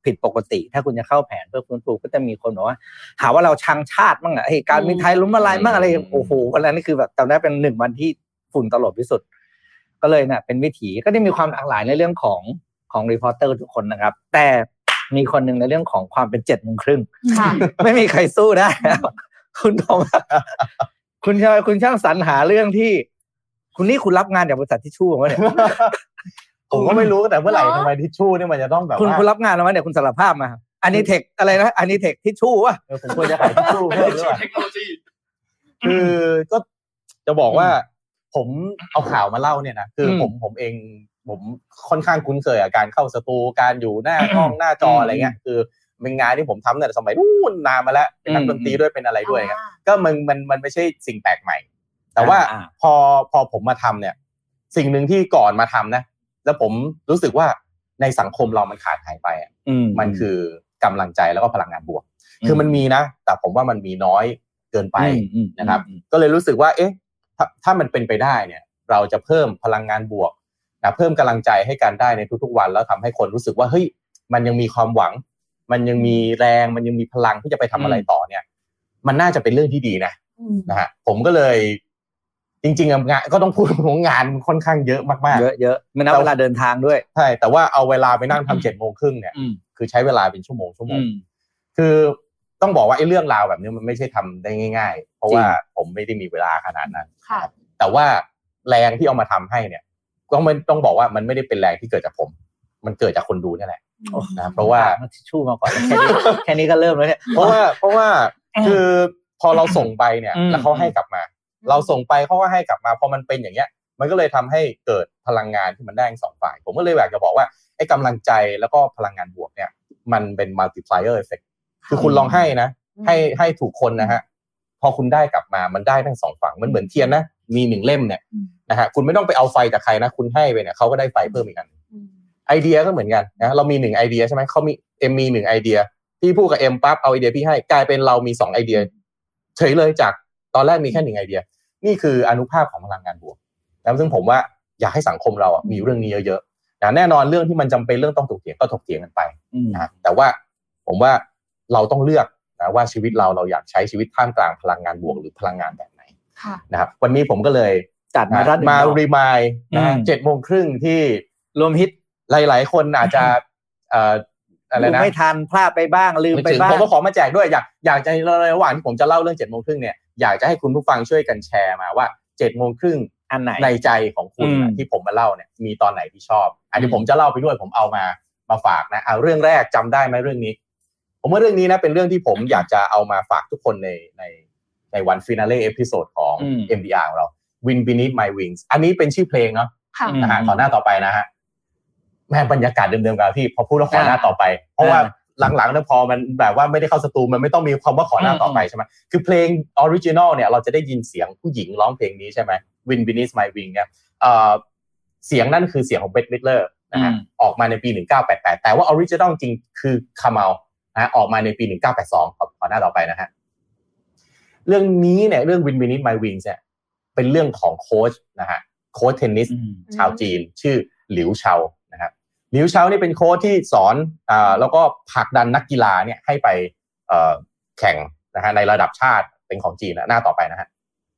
ผิดปกติถ้าคุณจะเข้าแผนเพื่อฟื้นฟูก็จะมีคนบอกว่าหาว่าเราชังชาติมั่งไอ้การบินไทยล้มละลายมั่งอะไรโอ้โหวันนั้นนี่คือแบบจำได้เป็น1วันที่ฝุ่นตลบที่สุดก็เลยเนี่ยเป็นวิถีก็ได้มีความหลากหลายในเรื่องของรีพอร์เตอร์ทุกคนนะครับแต่มีคนหนึ่งในเรื่องของความเป็น7:30 น.ไม่มีใครสู้ได้คุณทอมคุณช่างสรรหาเรื่องที่คุณรับงานจากบริษัททิชชู่มาเนี่ยผมก็ไม่รู้แต่เมื่อไหร่ทำไมทิชชู่เนี่ยมันจะต้องแบบคุณรับงานมาเนี่ยคุณสารภาพมาอันนี้เทคอะไรนะอันนี้เทคทิชชู่วะผมควรจะขายทิชชู่เพิ่มด้วยเทคโนโลยีคือก็จะบอกว่าผมเอาข่าวมาเล่าเนี่ยนะคือผมเองผมค่อนข้างคุ้นเคยกับการเข้าสตูการอยู่หน้ากล้องหน้าจออะไรเงี้ยคือเป็นงานที่ผมทำตั้งแต่สมัยนู้นนานมาแล้วเป็นนักดนตรีด้วยเป็นอะไรด้วยก็มันไม่ใช่สิ่งแปลกใหม่แต่ว่าพอผมมาทำเนี่ยสิ่งหนึ่งที่ก่อนมาทำนะแล้วผมรู้สึกว่าในสังคมเรามันขาดหายไปมันคือกำลังใจแล้วก็พลังงานบวกคือมันมีนะแต่ผมว่ามันมีน้อยเกินไปนะครับก็เลยรู้สึกว่าเอ๊ะถ้ามันเป็นไปได้เนี่ยเราจะเพิ่มพลังงานบวกนะเพิ่มกำลังใจให้กันได้ในทุกๆวันแล้วทำให้คนรู้สึกว่าเฮ้ยมันยังมีความหวังมันยังมีแรงมันยังมีพลังที่จะไปทำอะไรต่อเนี่ยมันน่าจะเป็นเรื่องที่ดีนะฮะผมก็เลยจริงๆงานก็ต้องพูดว่างานค่อนข้างเยอะมากๆเยอะๆไม่นับเวลาเดินทางด้วยใช่แต่ว่าเอาเวลาไปนั่งทำ 7:30 น.เนี่ยคือใช้เวลาเป็นชั่วโมงคือต้องบอกว่าไอ้เรื่องราวแบบนี้มันไม่ใช่ทำได้ง่ายๆเพราะว่าผมไม่ได้มีเวลาขนาดนั้นแต่ว่าแรงที่เอามาทำให้เนี่ยต้องบอกว่ามันไม่ได้เป็นแรงที่เกิดจากผมมันเกิดจากคนดูนี่แหละนะเพราะว่าทิชชู่มาก่อนแค่นี้ก็เริ่มแล้วเนี่ยเพราะว่าคือพอเราส่งไปเนี่ยแล้วเขาให้กลับมาเราส่งไปเขาก็ให้กลับมาพอมันเป็นอย่างเงี้ยมันก็เลยทำให้เกิดพลังงานที่มันได้ทั้งสองฝ่ายผมก็เลยอยากจะบอกว่าไอ้กำลังใจแล้วก็พลังงานบวกเนี่ยมันเป็น multiplier effect คือคุณลองให้นะให้ถูกคนนะฮะพอคุณได้กลับมามันได้ทั้งสองฝั่งมันเหมือนเทียนนะมี1เล่มเนี่ยนะฮะคุณไม่ต้องไปเอาไฟจากใครนะคุณให้ไปเนี่ยเขาก็ได้ไฟเพิ่มอีกอันไอเดียก็เหมือนกันนะเรามี1ไอเดียใช่ไหมเขามีมี1ไอเดียพี่พูดกับปั๊บเอาไอเดียพี่ให้กลายเป็นเรามี2ไอเดียเฉยเลยจากตอนแรกมีแค่1ไอเดียนี่คืออานุภาพของพลังงานบวกแล้วซึ่งผมว่าอยากให้สังคมเรามีเรื่องนี้เยอะๆนะแน่นอนเรื่องที่มันจำเป็นเรื่องต้องถกเถียงก็ถกเถียงกันไปนะแต่ว่าผมว่าเราต้องเลือกนะว่าชีวิตเราอยากใช้ชีวิตท่ามกลางพลังงานบวกหรือพลังงานแบบไหนนะครับวันนี้ผมก็เลยจัดมารีมายนะ7:30 น.ที่รวมฮิตหลายๆคนอาจจะอะไรนะไม่ทันพลาดไปบ้างลืมไปบ้างผมก็ขอมาแจกด้วยอยากจะระหว่างที่ผมจะเล่าเรื่อง7:30 น.เนี่ยอยากจะให้คุณผู้ฟังช่วยกันแชร์มาว่า7:30 น. อันไหนในใจของคุณที่ผมมาเล่าเนี่ยมีตอนไหนที่ชอบอันนี้ผมจะเล่าไปด้วยผมเอามาฝากนะเรื่องแรกจำได้ไหมเรื่องนี้ผมว่าเรื่องนี้นะเป็นเรื่องที่ผมอยากจะเอามาฝากทุกคนในวันฟินาเล่เอพิโซดของ MDR ของเรา Wind Beneath My Wings อันนี้เป็นชื่อเพลงเนาะนะฮะขอหน้าต่อไปนะฮะแม่บรรยากาศเดิมๆกันพี่พอพูดแล้วขอหน้าต่อไปเพราะว่าหลังๆเนี่ยพอมันแบบว่าไม่ได้เข้าสตูมันไม่ต้องมีคำว่าขอหน้าต่อไปใช่ไหมคือเพลงออริจินอลเนี่ยเราจะได้ยินเสียงผู้หญิงร้องเพลงนี้ใช่ไหม Wind Beneath My Wings เนี่ยเสียงนั่นคือเสียงของเบธ มิดเลอร์นะฮะออกมาในปี1988แต่ว่าออริจินอลจริงคือคาเมลนะออกมาในปี1982ขอหน้าต่อไปนะฮะเรื่องนี้เนี่ยเรื่อง Wind Beneath My Wings เนี่ยเป็นเรื่องของโค้ชนะฮะโค้ชเทนนิสชาวจีนชื่อหลิวเฉานะครับหลิวเฉานี่เป็นโค้ชที่สอนแล้วก็ผลักดันนักกีฬาเนี่ยให้ไปแข่งนะฮะในระดับชาติเป็นของจีนนะหน้าต่อไปนะฮะ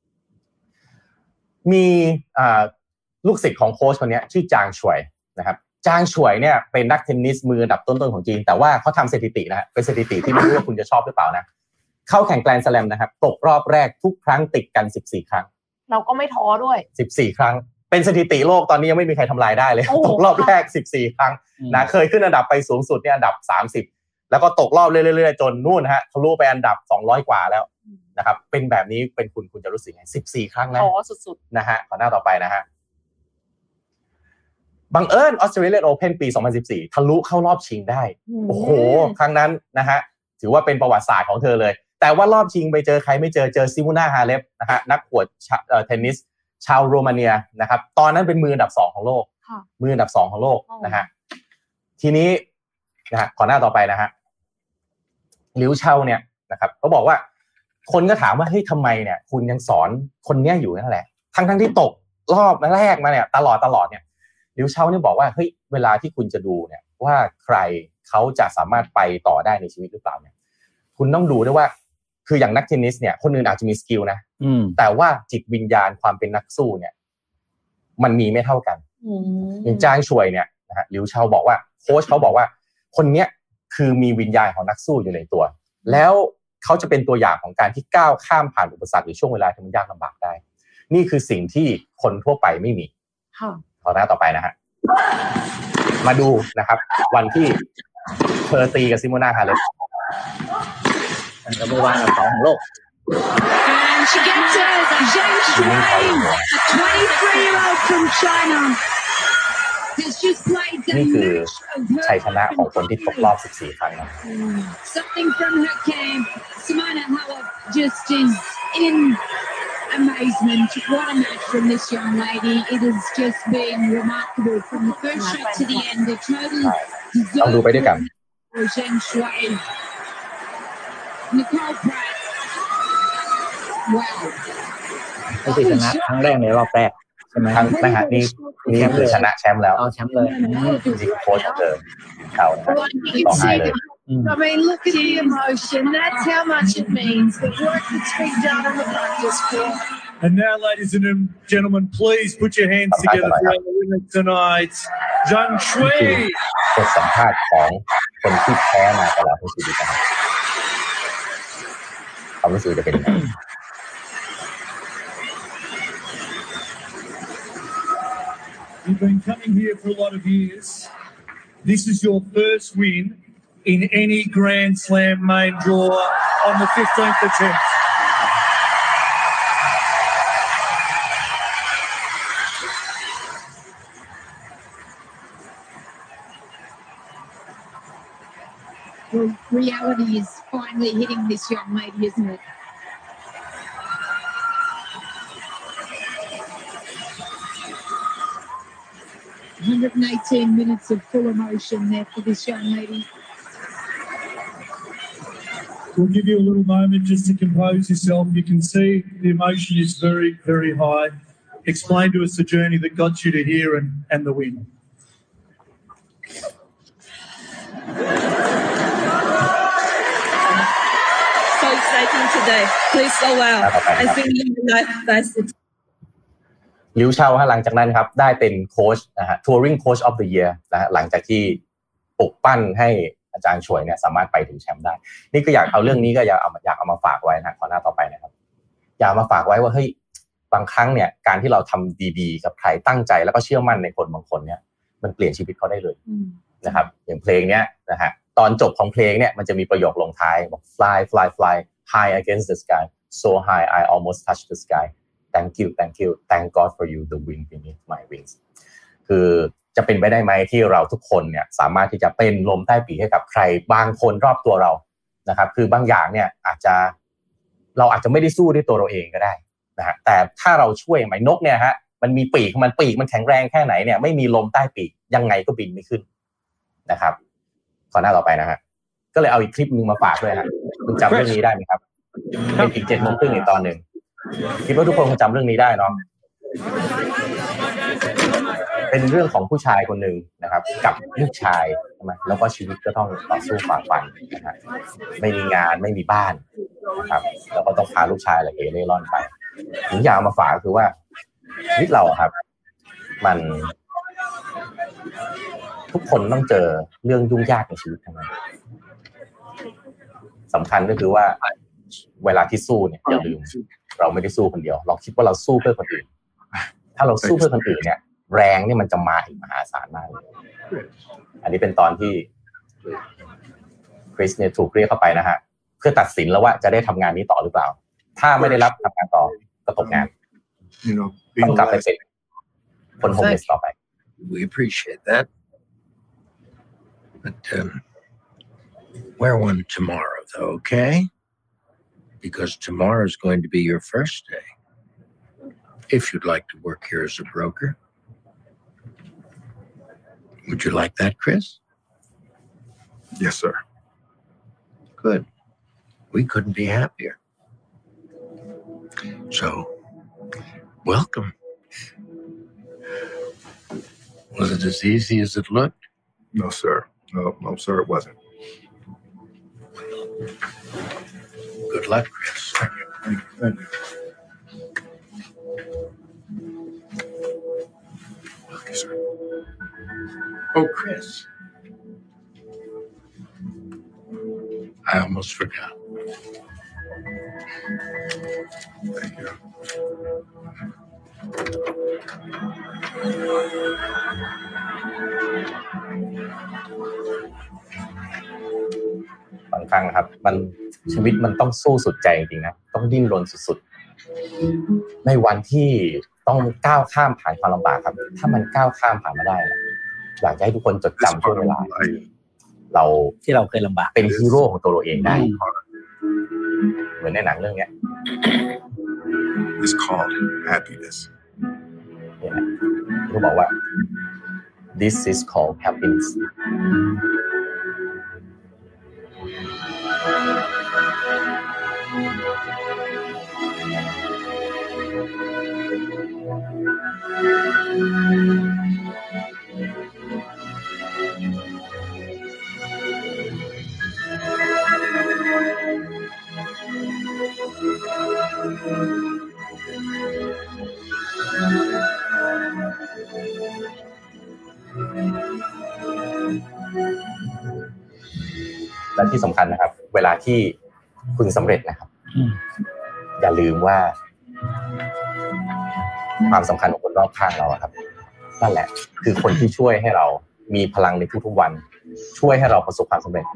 มีลูกศิษย์ของโค้ชคนนี้ชื่อจางฉวยนะครับจางฉวยเนี่ยเป็นนักเทนนิสมืออันดับต้นๆของจีนแต่ว่าเขาทำสถิตินะฮะเป็นสถิติที่ไม่รู้ว่าคุณจะชอบหรือเปล่านะเข้าแข่งแกรนด์สแลมนะครับตกรอบแรกทุกครั้งติดกัน14ครั้งเราก็ไม่ท้อด้วย 14ครั้งเป็นสถิติโลกตอนนี้ยังไม่มีใครทำลายได้เลยตกรอบแรก14ครั้งนะเคยขึ้นอันดับไปสูงสุดเนี่ยอันดับ30แล้วก็ตกรอบเรื่อยๆจนนู่นฮะทะลุไปอันดับ200กว่าแล้วนะครับเป็นแบบนี้เป็นคุณจะรู้สึกไง14ครั้งนะท้อสุดๆนะฮะขอหน้าต่อไปนะฮะบังเอิญออสเตรเลียนโอเพ่นปี2014ทะลุเข้ารอบชิงได้โอ้โหครั้งนั้นนะฮะถือว่าเป็นประวัติศาสตร์ของเธอเลยแต่ว่ารอบชิงไปเจอใครไม่เจอซิมูนาฮาเลฟนะฮะนักขวดเทนนิสชาวโรมาเนียนะครับตอนนั้นเป็นมืออันดับ2ของโลกมืออันดับ2ของโลกนะฮะทีนี้นะฮะขอหน้าต่อไปนะฮะหลิวเฉาเนี่ยนะครับเขาบอกว่าคนก็ถามว่าเฮ้ยทำไมเนี่ยคุณยังสอนคนเนี้ยอยู่นั่นแหละทั้งที่ตกรอบแรกมาเนี่ยตลอดเนี่ยหลิวเฉาเนี่ยบอกว่าเฮ้ยเวลาที่คุณจะดูเนี่ยว่าใครเขาจะสามารถไปต่อได้ในชีวิตหรือเปล่าเนี่ยคุณต้องดูด้วยว่าคืออย่างนักเทนนิสเนี่ยคนอื่นอาจจะมีสกิลนะแต่ว่าจิตวิญญาณความเป็นนักสู้เนี่ยมันมีไม่เท่ากันอย่างจางช่วยเนี่ยนะฮะหลิวเชาบอกว่าโค้ชเขาบอกว่าคนเนี้ยคือมีวิญญาณของนักสู้อยู่ในตัวแล้วเขาจะเป็นตัวอย่างของการที่ก้าวข้ามผ่านอุปสรรคหรือช่วงเวลาที่มันยากลำบากได้นี่คือสิ่งที่คนทั่วไปไม่มีขอหน้าต่อไปนะฮะมาดูนะครับวันที่เธอตีกับซิโมนาฮาเลปมันก็ไม่ว่างกับ2ของโลก And she gets it. Zheng Shuai, a 23-year-old from China, has just played the นี่คือ match of her ชัยชนะของคนที่ตกรอบ14ครั้งนะ Something from her camp. Simona Halep just is in amazement. What a match from this young lady. It has just been remarkable from the first shot to the end. The total ต้องดูไปด้วยกัน for Zheng Shuai. Nicole Pratt. Wow. นี่คือชนะครั้งแรกในรอบแรกใช่ไหมครั้งนะฮะนี่คือชนะแชมป์แล้วเอาแชมป์เลยจริงโค้ชของเธอเขาต่อให้เลย I mean, look at the emotion. That's how much it means. The work that's been done on the practice court. And now, ladies and gentlemen, please put your hands together for our winner tonight, Zheng Shuai. บทสัมภาษณ์ของคนที่แพ้มาตลอดทั้งชีวิตนะครับความรู้สึกจะเป็นยังไง You've been coming here for a lot of years. This is your first win in any Grand Slam main draw on the 15th attempt. Well, reality is finally hitting this young lady, isn't it? "118 minutes of full emotion there for this young lady." We'll give you a little moment just to compose yourself. You can see the emotion is very, very high. Explain to us the journey that got you to here and the win. So exciting today. Please go well. I think you life best. หลิวเชาฮะหลังจากนั้นครับได้เป็นโค้ชนะฮะ Touring Coach of the Year นะฮะหลังจากที่ปลุกปั้นให้อาจารย์ช่วยเนี่ยสามารถไปถึงแชมป์ได้นี่ก็อยากเอาเรื่องนี้ก็อยากเอามาฝากไว้นะขอหน้าต่อไปนะครับอยากมาฝากไว้ว่าเฮ้ยบางครั้งเนี่ยการที่เราทำดีๆกับใครตั้งใจแล้วก็เชื่อมั่นในคนบางคนเนี่ยมันเปลี่ยนชีวิตเขาได้เลยนะครับอย่างเพลงเนี้ยนะฮะตอนจบของเพลงเนี่ยมันจะมีประโยคลงท้ายบอก fly fly fly high against the sky so high I almost touched the sky thank you thank God for you the wind beneath my wings คือจะเป็นไปได้ไหมที่เราทุกคนเนี่ยสามารถที่จะเป็นลมใต้ปีกให้กับใครบางคนรอบตัวเรานะครับคือบางอย่างเนี่ยเราอาจจะไม่ได้สู้ด้วยตัวเราเองก็ได้นะฮะแต่ถ้าเราช่วยไหมนกเนี่ยฮะมันมีปีกมันแข็งแรงแค่ไหนเนี่ยไม่มีลมใต้ปีกยังไงก็บินไม่ขึ้นนะครับขอหน้าต่อไปนะฮะก็เลยเอาอีกคลิปนึงมาฝากด้วยฮะคุณจำเรื่องนี้ได้ไหมครับเป็นอีก 7:30 น.อีกตอนนึงคิดว่าทุกคนคงจำเรื่องนี้ได้เนาะเป็นเรื่องของผู้ชายคนหนึ่งนะครับกับลูกชายใช่ไหมแล้วก็ชีวิตก็ต้องต่อสู้ฝ่าฟันนะฮะไม่มีงานไม่มีบ้านนะครับแล้วก็ต้องพาลูกชายเร่ร่อนไปถึงอยากมาฝากคือว่าชีวิตเราครับมันทุกคนต้องเจอเรื่องยุ่งยากในชีวิตทั้งนั้นสำคัญก็คือว่าเวลาที่สู้เนี่ยอย่าลืมเราไม่ได้สู้คนเดียวเราคิดว่าเราสู้เพื่อคนอื่นถ้าเราสู้เพื่อคนอื่นเนี่ยแรงนี่มันจะมาอีกมหาศาลมากเลยอันนี้เป็นตอนที่คริสเนี่ยถูกเรียกเข้าไปนะฮะเพื่อตัดสินแล้วว่าจะได้ทำงานนี้ต่อหรือเปล่าถ้าไม่ได้รับทำงานต่อก็ตกงานต้องกลับไปเป็นคนโฮมเลสต่อไป We appreciate that but wear one tomorrow though okay because tomorrow is going to be your first day if you'd like to work here as a broker. Would you like that, Chris? Yes, sir. Good. We couldn't be happier. So, welcome. Was it as easy as it looked? No, sir. No, sir, it wasn't. Good luck, Chris. Thank you. Okay, sir. Oh, Chris. I almost forgot. Thank you. บางครั้งนะครับมันชีวิตมันต้องสู้สุดใจจริงๆนะต้องดิ้นรนสุดๆในวันที่ต้องก้าวข้ามผ่านความลำบากครับถ้ามันก้าวข้ามผ่านมาได้นะอยากให้ทุกคนจดจำช่วงเวลาที่เราเคยลำบากเป็นฮีโร่ของตัวเราเองได้เหมือนในหนังเรื่องนี้ It's called happiness เนี่ยนะเขาบอกว่า this is called happinessและที่สำคัญนะครับเวลาที่คุณสำเร็จนะครับอย่าลืมว่าความสำคัญของคนรอบข้างเราครับนั่นแหละคือคนที่ช่วยให้เรามีพลังในทุกๆวันช่วยให้เราประสบความสำเร็จ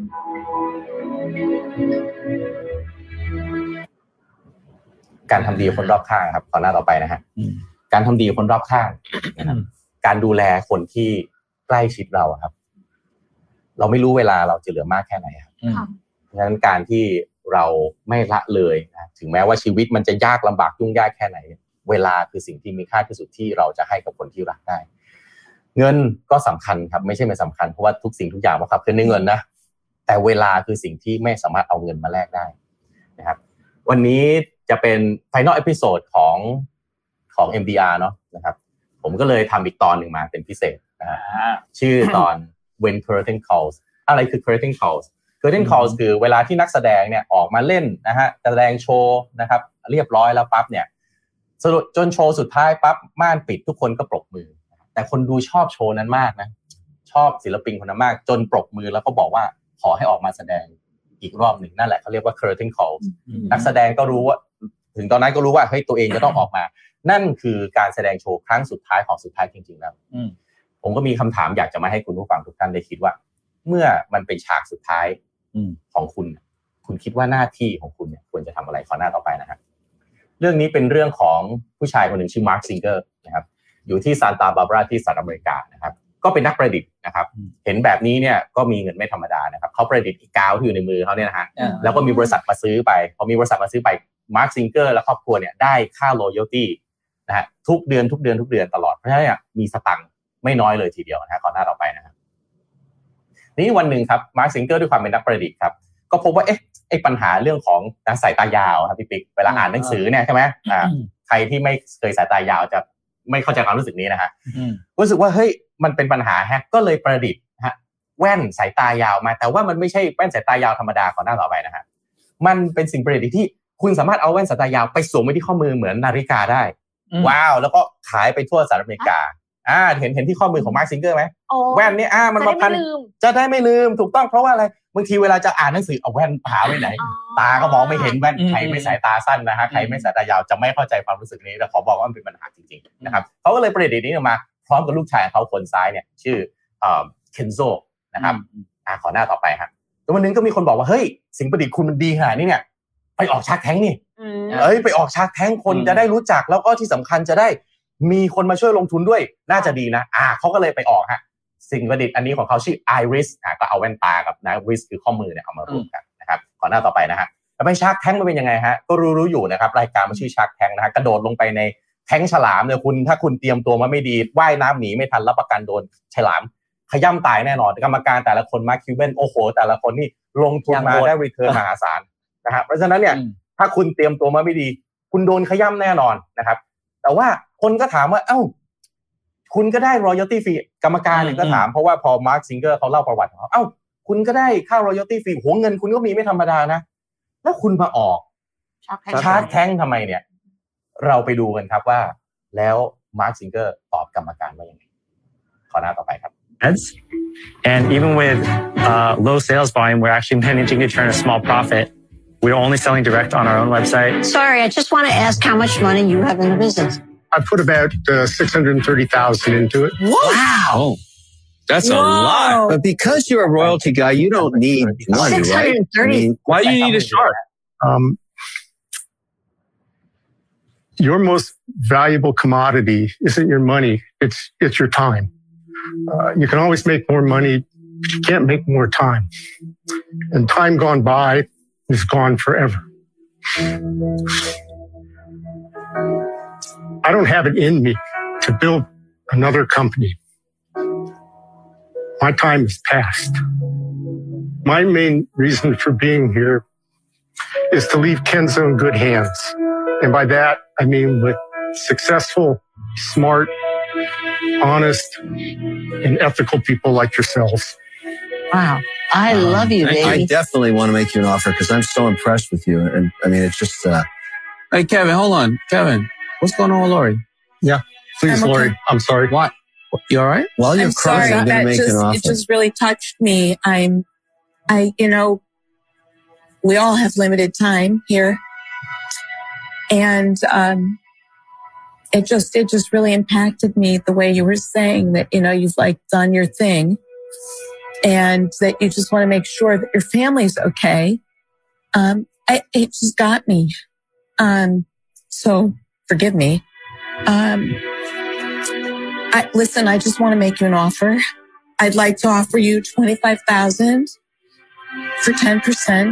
การทำดีกับคนรอบข้างครับตอนหน้าต่อไปนะฮะการทำดีกับคนรอบข้างนะครับการดูแลคนที่ใกล้ชิดเราครับเราไม่รู้เวลาเราจะเหลือมากแค่ไหนครับเพราะฉะนั้นการที่เราไม่ละเลยนะถึงแม้ว่าชีวิตมันจะยากลำบากยุ่งยากแค่ไหนเวลาคือสิ่งที่มีค่าที่สุดที่เราจะให้กับคนที่รักได้เงินก็สำคัญครับไม่ใช่ไม่สำคัญเพราะว่าทุกสิ่งทุกอย่างมันขับเคลื่อนด้วยเงินนะแต่เวลาคือสิ่งที่ไม่สามารถเอาเงินมาแลกได้นะครับวันนี้จะเป็น final episode ของ MDR เนาะนะครับผมก็เลยทำอีกตอนหนึ่งมาเป็นพิเศษนะฮะชื่อตอน When Curtain Calls อะไรคือ Curtain Calls Curtain Calls คือเวลาที่นักแสดงเนี่ยออกมาเล่นนะฮะแสดงโชว์นะครับเรียบร้อยแล้วปั๊บเนี่ยสรุปจนโชว์สุดท้ายปั๊บม่านปิดทุกคนก็ปรบมือแต่คนดูชอบโชว์นั้นมากนะชอบศิลปินคนนั้นมากจนปรบมือแล้วก็บอกว่าขอให้ออกมาแสดงอีกรอบหนึ่งนั่นแหละเขาเรียกว่า Curtain Calls นักแสดงก็รู้ว่าถึงตอนนั้นก็รู้ว่าเฮ้ยตัวเองจะต้องออกมานั่นคือการแสดงโชว์ครั้งสุดท้ายของสุดท้ายจริงๆแล้วผมก็มีคำถามอยากจะมาให้คุณผู้ฟังทุกท่านได้คิดว่าเมื่อมันเป็นฉากสุดท้ายของคุณคิดว่าหน้าที่ของคุณเนี่ยควรจะทำอะไรขอหน้าต่อไปนะครับเรื่องนี้เป็นเรื่องของผู้ชายคนหนึ่งชื่อมาร์คซิงเกอร์นะครับอยู่ที่ซานตาบาร์บราที่สหรัฐอเมริกานะครับก็เป็นนักประดิษฐ์นะครับเห็นแบบนี้เนี่ยก็มีเงินไม่ธรรมดานะครับเขาประดิษฐ์กาวที่อยู่ในมือเขาเนี่ยนะฮะแล้วก็มีบริษัทมาซื้อไปพอมีบริษัทมาซื้อไปมาร์คซิงเกอร์และครอบครัวเนี่ยได้ค่า loyalty นะฮะทุกเดือนตลอดเพราะฉะนั้นเนี่ยมีสตังค์ไม่น้อยเลยทีเดียวนะฮะขอหน้าต่อไปนะครับนี่วันหนึ่งครับมาร์คซิงเกอร์ด้วยความเป็นนักประดิษฐ์ครับก็พบว่าไอ้ปัญหาเรื่องของสายตายาวครับพี่ปิ๊กเวลาอ่านหนังสือเนี่ยใช่ไหมใครที่ไม่เคยสายตายาวจะไม่เข้าใจความรู้สึกนี้นะฮะรู้สึกว่าเฮ้ยมันเป็นปัญหาฮะก็เลยประดิษฐ์ฮะแว่นสายตายาวมาแต่ว่ามันไม่ใช่แว่นสายตายาวธรรมดาขอหน้าต่อไปนะฮะมันเป็นสิ่งประดิษฐ์ที่คุณสามารถเอาแว่นสายตายาวไปสวมไว้ที่ข้อมือเหมือนนาฬิกาได้ว้าวแล้วก็ขายไปทั่วสหรัฐอเมริกาเห็นที่ข้อมือของมาร์คซิงเกอร์ไหมแว่นนี่มันมาพันจะได้ไม่ลืมถูกต้องเพราะว่าอะไรบางทีเวลาจะอ่านหนังสือเอาแว่นหาไว้ไหนตาก็มองไม่เห็นแว่นใครไม่สายตาสั้นนะฮะใครไม่สายตายาวจะไม่เข้าใจความรู้สึกนี้แต่ขอบอกว่ามันเป็นปัญหาจริงๆนะครับเขาก็เลยประดิษฐ์นี้ออกมาพร้อมกับลูกชายเขาคนซ้ายเนี่ยชื่อเคนโซนะครับขอหน้าต่อไปครับแล้ววันนึงก็มีคนบอกว่าเฮ้ยสิ่งประดิษฐ์คุณมันดีขนาดนี้เนี่ยไปออกชาร์กแทงค์นี่ไปออกชาร์กแทงค์คนจะได้รู้จักแล้วก็ที่สำคัญจะได้มีคนมาช่วยลงทุนด้วยน่าจะดีนะเขาก็เลยไปออกฮะสิ่งประดิษฐ์อันนี้ของเขาชื่อ Iris ก็เอาแว่นตากับนะ Wrist คือข้อมือเนี่ยเอามารวมกันนะครับขอหน้าต่อไปนะฮะแล้วไปชาร์กแทงค์มันเป็นยังไงฮะก็รู้อยู่นะครับรายการมันชื่อชาร์กแทงค์นะฮะกระโดดลงไปในแทงค์ฉลามเนี่ยคุณถ้าคุณเตรียมตัวมาไม่ดีว่ายน้ำหนีไม่ทันรับประกันโดนฉลามขย่ำตายแน่นอนกรรมการแต่ละคนมาร์คคิวเบนโอ้โหแต่ละคนนี่ลงทุนมาได้รีเทิร์นมหาศาลนะครับเพราะฉะนั้นเนี่ยถ้าคุณเตรียมตัวมาไม่ดีคุณโดนขย่ำแน่นอนนะครับแต่ว่าคนก็ถามว่าคุณก็ได้ royalty fee กรรมการก็ถามเพราะว่าพอมาร์คซิงเกอร์เขาเล่าประวัติของเขาคุณก็ได้ค่า royalty fee โหเงินคุณก็มีไม่ธรรมดานะแล้วคุณมาออกชาร์กแทงทำไมเนี่ยเราไปดูกันครับว่าแล้วมาร์คซิงเกอร์ตอบกรรมการว่ายังไงขอหน้าต่อไปครับ And even with low sales volume, we're actually managing to turn a small profit. We're only selling direct on our own website. Sorry, I just want to ask how much money you have in the business. I put about 630,000 into it. Wow. Oh, that's a lot. But because you're a royalty guy, you don't need money, right? 630. Why do you need a shark? Your most valuable commodity isn't your money. It's your time. You can always make more money, but you can't make more time. And time gone by is gone forever. I don't have it in me to build another company. My time is past. My main reason for being here is to leave Kenzo in good hands. And by that, I mean with successful, smart, honest, and ethical people like yourselves. Wow. I love you, baby. I definitely want to make you an offer because I'm so impressed with you. And I mean, it's just... Hey, Kevin, hold on. Kevin, what's going on with Lori? Yeah, please, I'm okay. Lori. I'm sorry. What? You all right? While you're crying, I'm going to make an offer. It just really touched me. We all have limited time here. And it just really impacted me the way you were saying that, you've done your thing and that you just want to make sure that your family's okay. It just got me. So forgive me. Listen, I just want to make you an offer. I'd like to offer you $25,000 for 10%.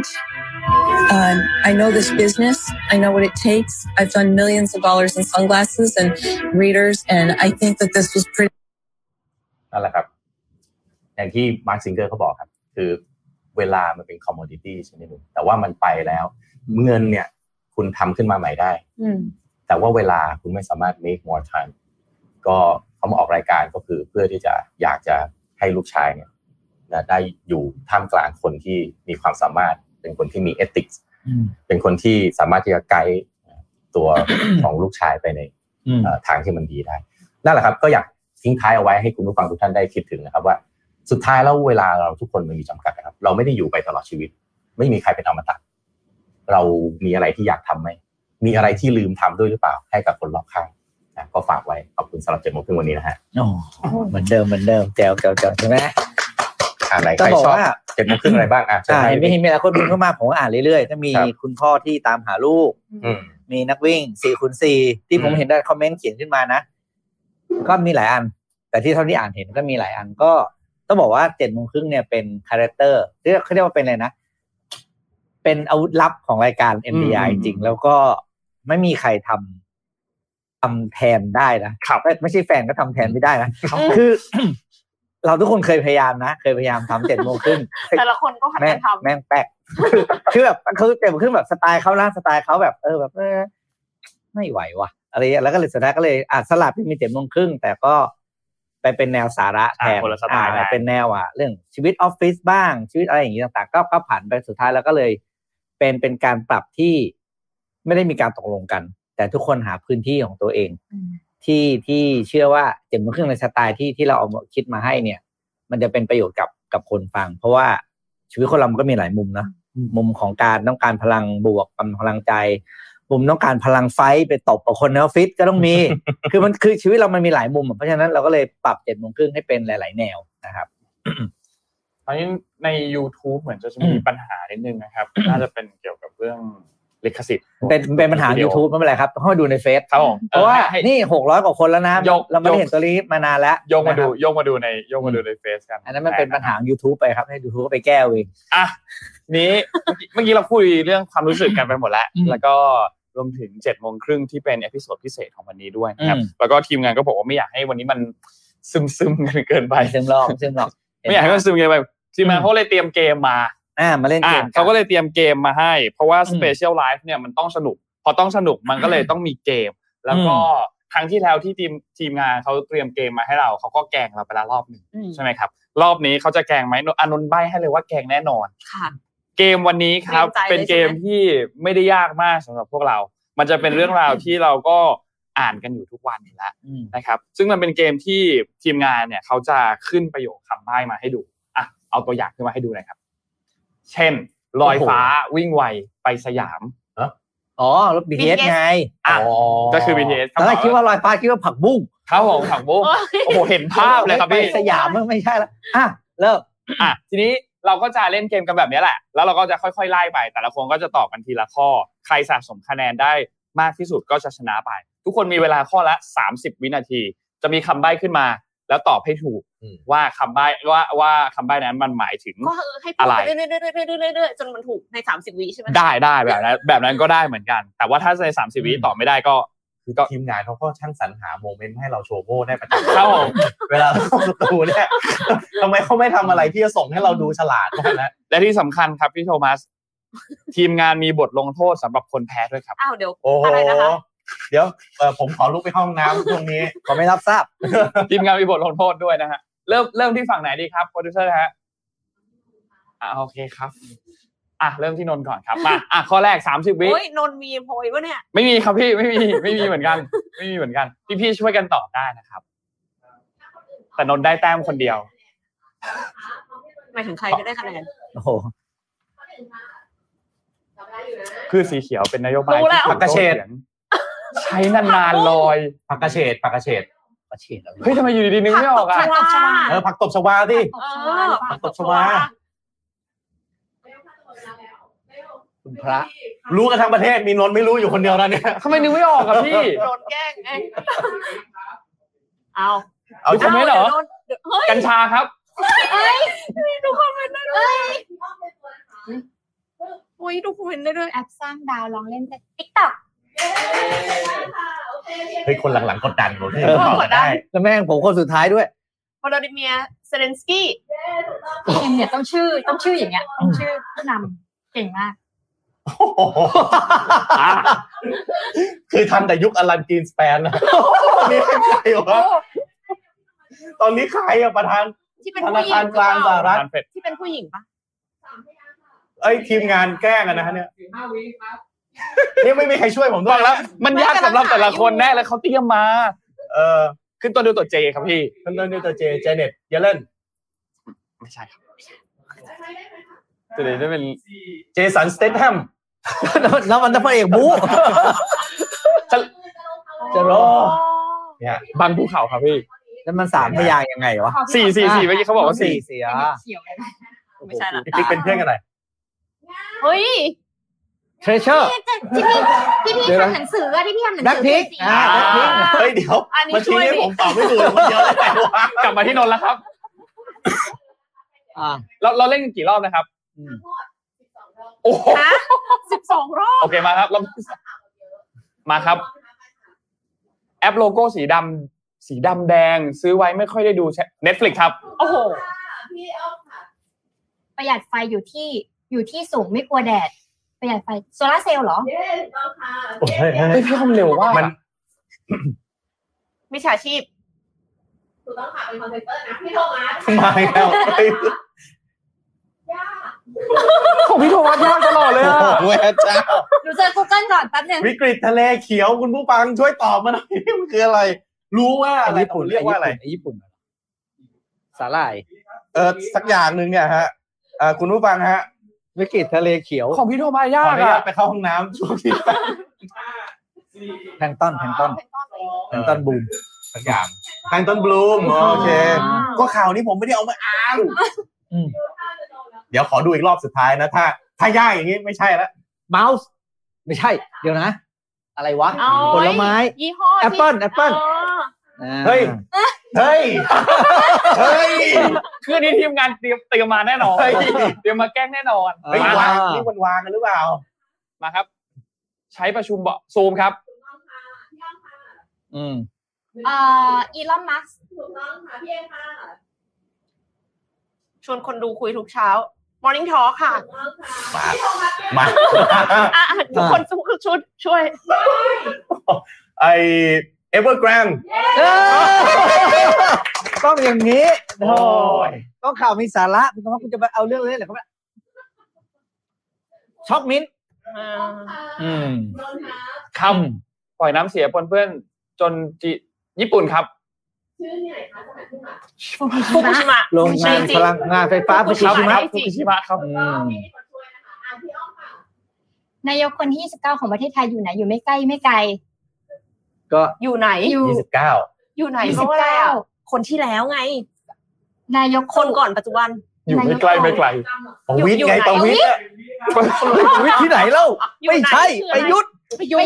I know this business. I know what it takes. I've done millions of dollars in sunglasses and readers, and I think that this was pretty. นั่นแหละครับอย่างที่มาร์คซิงเกอร์เขาบอกครับคือเวลามันเป็นคอมโมดิตี้ใช่ไหมลูกแต่ว่ามันไปแล้วเงินเนี่ยคุณทำขึ้นมาใหม่ได้แต่ว่าเวลาคุณไม่สามารถ make more time ก็เขามาออกรายการก็คือเพื่อที่จะอยากจะให้ลูกชายเนี่ยได้อยู่ท่ามกลางคนที่มีความสามารถเป็นคนที่มี ethics เป็นคนที่สามารถที่จะไกด์ตัวของลูกชายไปในทางที่มันดีได้นั่นแหละครับก็อยากทิ้งท้ายเอาไว้ให้คุณผู้ฟังทุกท่านได้คิดถึงนะครับว่าสุดท้ายแล้วเวลาเราทุกคนมันมีจำกัดนะครับเราไม่ได้อยู่ไปตลอดชีวิตไม่มีใครเป็นอมตะเรามีอะไรที่อยากทำไหมมีอะไรที่ลืมทำด้วยหรือเปล่าให้กับคนรอบข้างก็ฝากไว้ขอบคุณสำหรับ7 โมงครึ่งวันนี้นะฮะเหมือนเดิมแจวใช่ไหมอะไรใครชอบ7 โมงครึ่งอะไรบ้างใช่ไม่มีอะไรคนพิมพ์เข้ามาผมอ่านเรื่อยๆถ้ามีคุณพ่อที่ตามหาลูกมีนักวิ่ง 4x4 ที่ผมเห็นได้คอมเมนต์เขียนขึ้นมานะก็มีหลายอันแต่ที่เท่าที่อ่านเห็นก็มีหลายอันก็ต้องบอกว่า7 โมงครึ่งเนี่ยเป็นคาแรคเตอร์ที่เขาเรียกว่าเป็นอะไรนะเป็นอาวุธลับของรายการ MDR จริงๆแล้วก็ไม่มีใครทำแทนได้นะไม่ใช่แฟนก็ทำแทนไม่ได้นะคือเราทุกคนเคยพยายามทำ7 โมงครึ่งแต่ละคนก็หัดไปทำแม่งแปลกคือแบบคือ7 โมงครึ่งแบบสไตล์เขาละสไตล์เขาแบบแบบไม่ไหวว่ะอะไรแล้วก็เลยสุดท้ายก็เลยสลับที่มี7 โมงครึ่งแต่ก็ไปเป็นแนวสาระแทนเป็นแนวเรื่องชีวิตออฟฟิศบ้างชีวิตอะไรอย่างนี้ต่างๆก็ผ่านไปสุดท้ายแล้วก็เลยเป็นการปรับที่ไม่ได้มีการตกลงกันแต่ทุกคนหาพื้นที่ของตัวเองที่เชื่อว่า7 โมงครึ่งในสไตล์ที่เราเอาคิดมาให้เนี่ยมันจะเป็นประโยชน์กับคนฟังเพราะว่าชีวิตคนเรามันก็มีหลายมุมนะมุมของการต้องการพลังบวกพลังใจมุมต้องการพลังไฟไปตบกับคนในออฟฟิศก็ต้องมี คือชีวิตเรามันมีหลายมุมเพราะฉะนั้นเราก็เลยปรับ7 โมงครึ่งให้เป็นหลายๆแนวนะครับตอนนี้ใน YouTube เหมือนจะมีปัญหานิดนึงนะครับ น่าจะเป็นเกี่ยวกับเรื่องลิขสิทธิ์เป็นปัญหา YouTube ไม่เป็นไรครับต้องมาดูในเฟซเพราะว่านี่600กว่าคนแล้วนะเราไม่ได้เห็นตัวนี้มานานแล้วโยกมาดูในเฟซกันอันนั้นมันเป็นปัญหา YouTube ไปครับให้ YouTube ก็ไปแก้เองนี้เมื่อกี้เราคุยเรื่องความรู้สึกกันไปหมดแล้วแล้วก็รวมถึง7 โมงครึ่งที่เป็นเอพิโซดพิเศษของวันนี้ด้วยนะครับแล้วก็ทีมงานก็บอกว่าไม่อยากให้วันนี้มันซึมๆเกินไปซึมหรอกไม่อยากให้มันซึมเกินไปทีมงานเขาเลยเตรียมเกมมาเล่นเกมเขาก็เลยเตรียมเกมมาให้เพราะว่า Special Live เนี่ยมันต้องสนุกพอต้องสนุกมันก็เลยต้องมีเกมแล้วก็ครั้งที่แล้วที่ทีมงานเขาเตรียมเกมมาให้เราเขาก็แกล้งเราไปละรอบนึงใช่ไหมครับรอบนี้เขาจะแกล้งไหมอานนท์ใบ้ให้เลยว่าแกล้งแน่นอนค่ะเกมวันนี้ครับเป็นเกมที่ไม่ได้ยากมากสำหรับพวกเรามันจะเป็นเรื่องราวที่เราก็อ่านกันอยู่ทุกวันอยู่แล้วนะครับซึ่งมันเป็นเกมที่ทีมงานเนี่ยเขาจะขึ้นประโยคคำใบ้มาให้ดูอ่ะเอาตัวอย่างขึ้นมาให้ดูหน่อยครับเช่นลอยฟ้าวิ่งไวไปสยามอ๋อรถ BTS ไงก็คือ BTS แล้วคิดว่าลอยฟ้าคิดว่าผักบุ้งครับผมผักบุ้งโอ้โหเห็นภาพเลยครับพี่สยามไม่ใช่ละเริ่มทีนี้เราก็จะเล่นเกมกันแบบนี้แหละแล้วเราก็จะค่อยๆไล่ไปแต่ละคนก็จะตอบกันทีละข้อใครสะสมคะแนนได้มากที่สุดก็จะชนะไปทุกคนมีเวลาข้อละ30วินาทีจะมีคำใบ้ขึ้นมาแล้วตอบให้ถูกว่าคำใบ้ว่าคำใบ้นั้นมันหมายถึงอะไรเรื่อยๆจนมันถูกใน30วิใช่ไหมได้แบบนั้นก็ได้เหมือนกันแต่ว่าถ้าใน30วิตอบไม่ได้ก็ทีมงานเขาก็ช่างสรรหาโมเมนต์ให้เราโชว์โง่ได้ประจำครับผมเวลาเข้าประตูเนี่ยทำไมเขาไม่ทำอะไรที่จะส่งให้เราดูฉลาดนะและที่สำคัญครับพี่โทมัสทีมงานมีบทลงโทษสำหรับคนแพ้ด้วยครับเดี๋ยวอะไรนะคะเดี๋ยวผมขอลุกไปห้องน้ำตรงนี้ขอไม่รับทราบทีมงานมีบทลงโทษด้วยนะฮะเริ่มที่ฝั่งไหนดีครับโปรดิวเซอร์ฮะโอเคครับเริ่มที่นนท์ก่อนครับมาข้อแรก30วินนท์มีโพยป่ะเนี่ยไม่มีครับพี่ไม่มีเหมือนกันไม่มีเหมือนกันพี่ช่วยกันตอบได้นะครับแต่นนท์ได้แต้มคนเดียวหมายถึงใครจะได้คะแนนโอ้โหคือสีเขียวเป็นนโยบายผักกระเฉดใช้นานๆลอยผักกระเฉดเฮ้ยทำไมอยู่ดีๆนึกไม่ออกผักตบชวาดิผักตบชวาคุณพระรู้กันทั้งประเทศมีนนท์ไม่รู้อยู่คนเดียวแล้วเนี่ยทำไมนึกไม่ออกอ่ะพี่โดนแกล้งเองเอาทำไมเหรอกัญชาครับดูคอมเมนต์ได้ด้วยดูคอมเมนต์ได้ด้วยแอปสร้างดาวลองเล่น TikTok เฮ้ยคนหลังๆกดดันผมกดดันแล้วแม่งผมคนสุดท้ายด้วยวลาดิเมียร์เซเลนสกี้เนี่ยต้องชื่ออย่างเงี้ยต้องชื่อผู้นำเก่งมากคือทันแต่ยุคอลันจีนสแปนนะตอนนี้ใครวะตอนนี้ใครอะประธานธนาคารกลางสหรัฐที่เป็นผู้หญิงปะทีมงานแกล้งนะฮะเนี่ยนี่ไม่มีใครช่วยผมด้วยแล้วมันยากสำหรับแต่ละคนแน่แล้วเขาเตรียมมาขึ้นตัวดูตัวเจครับพี่ขึ้นตัวดูตัวเจเน็ตเยเลนไม่ใช่ครับตัวนี้จะเป็นเจสันสเตทแฮมแล้วมันจะพระเอกบู๊จะรอเนี่ยบางภูเขาครับพี่แล้วมัน3พยางค์ยังไงวะ 4เมื่อกี้เขาบอกว่า4 เสียไม่ใช่ละติ๊กเป็นเพื่อนกันไหนเฮ้ย Treasure ที่พี่ทำหนังสือที่พี่ทำหนังสือเฮ้ยเดี๋ยวมาชี้ให้ผมตอบไม่ถูกคนเดียวเลยแต่ว่ากลับมาที่นนท์แล้วครับเราเล่นกันกี่รอบนะครับโอ้โห12 รอบโอเคมาครับมาครับแอปโลโก้สีดำแดงซื้อไว้ไม่ค่อยได้ดู Netflix ครับโอ้โหประหยัดไฟอยู่ที่สูงไม่กลัวแดดประหยัดไฟโซล่าเซลล์เหรอพี่ทำเร็วว่ามันมิจฉาชีพถูกต้องค่ะเป็นคอนเซ็ปเตอร์นะพี่โทมัสมาแล้วของพี่โทมัสยากตลอดเลยอ่ะโอ้ยจ้าดูเจอ Google ก่อนแป๊บนึงวิกฤตทะเลเขียวคุณผู้ฟังช่วยตอบมาหน่อยมันคืออะไรรู้ว่าอะไรญี่ปุ่นเรียกว่าอะไรญี่ปุ่นสาหร่ายสักอย่างนึงเนี่ยฮะคุณผู้ฟังฮะวิกฤตทะเลเขียวของพี่โทมัสยากอ่ะไปเข้าห้องน้ำช่วงที่แพงต้นบูมสักอย่างแพงต้นบลูมโอเคก็ข่าวนี้ผมไม่ได้เอามาอ่านเดี๋ยวขอดูอีกรอบสุดท้ายนะถ้ายากอย่างนี้ไม่ใช่แล้วเมาส์ไม่ใช่เดี๋ยวนะอะไรวะผลไม้ยี่ห้อแอปเปิ้ลเฮ้ยคือนี้ทีมงานเตรียมมาแน่นอนเตรียมมาแกล้งแน่นอนวางนี่มันวางกันหรือเปล่ามาครับใช้ประชุมซูมครับอีลอนมัสก์ถูกต้องค่ะพี่เอค่ะชวนคนดูคุยทุกเช้า Morning Talk ค่ะมาทุกคนช่วย Evergrande ต้องอย่างนี้โอ้ยต้องข่าวมีสาระคุณต้องคุณจะไปเอาเรื่องเลยเหรอครับช็อกมิ้นคำปล่อยน้ำเสียปนเปื้อนจนญี่ปุ่นครับชื่อที่ไหนคะสถานที่ไหนฟุกุชิมะโรงงานพลังงานไฟฟ้าฟุกุชิมะครับนายกคนที่29ของประเทศไทยอยู่ไหนอยู่ไม่ใกล้ไม่ไกลก็อยู่ไหน 29 อยู่ไหนเพราะว่าคนที่แล้วไงนายกคนก่อนปัจจุบันอยู่ไม่ใกล้ไม่ไกลประวิตรไงประวิตรที่ไหนเล่าไม่ใช่ประยุทธ์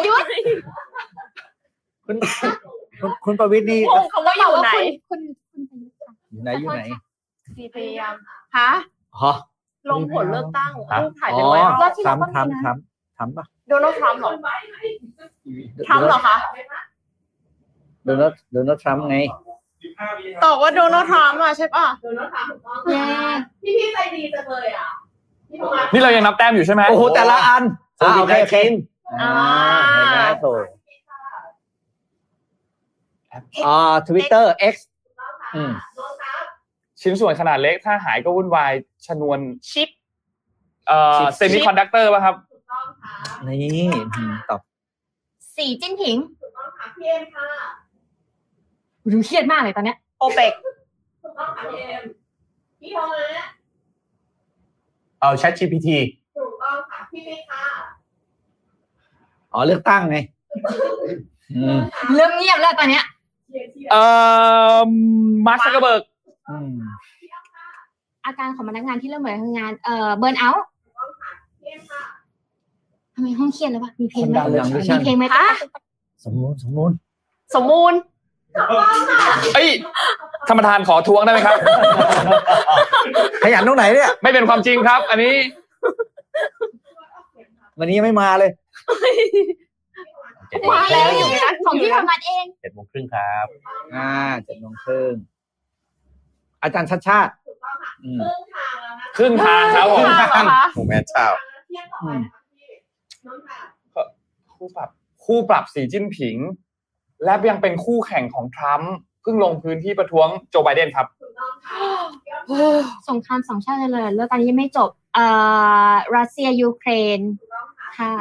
คุณประวิตรนี่คำว่าอยู่ไหนคุณอยู่ไหนอยู่ไหนพยายามฮะลงผลเลือกตั้งรูปถ่ายเป็นไวรัลทำป่ะโดนัลด์ทรัมป์เหรอทรัมป์เหรอคะโดนัลด์ทรัมป์ไงตอบว่าโดนัลด์ทรัมป์อ่ะใช่ป่ะโดนัลด์ทรัมป์ถูกต้องพี่ใจดีจังเลยอ่ะนี่เรายังนับแต้มอยู่ใช่ไหมโอ้โหแต่ละอันโอเคเห็นไหมโถTwitter X ชิ้นส่วนขนาดเล็กถ้าหายก็วุ่นวายชนวนชิปเซมิคอนดักเตอร์ป่ะครับนี่ตอบสีจิ้นผิงถูกต้องค่ะพี่เอ็มค่ะดูเครียดมากเลยตอนเนี้ยโอเปกถูกต้องค่ะพี่เอ็มพี่โทนะ ChatGPT ถูกต้องค่ะพี่ปิ๊กค่ะเลือกตั้งไงเริ่มเงียบแล้วตอนเนี้ยมาร์ค ซักเคอร์เบิร์กอาการของพนักงานที่เริ่มเหมือนทำงานเบิร์นเอาท์ทำไมห้องเครียดแล้ววะมีเพลงไหมมีเพลงไหมสมมูลเอ้ยท่านประธานขอทวงได้ไหมครับขยันตรงไหนเนี่ยไม่เป็นความจริงครับอันนี้วันนี้ยังไม่มาเลยมาแล้วอยู่ในนั้นของพี่ทำงานเอง 7:30 ครับ 7:30อาจารย์ชาติครึ่งทางครับผมผมแม่เช้าคู่ปรับสีจิ้นผิงและยังเป็นคู่แข่งของทรัมป์เพิ่งลงพื้นที่ประท้วงโจไบเดนครับสงครามสองชาติเลยแล้วตอนนี้ยังไม่จบรัสเซียยูเครนค่ะ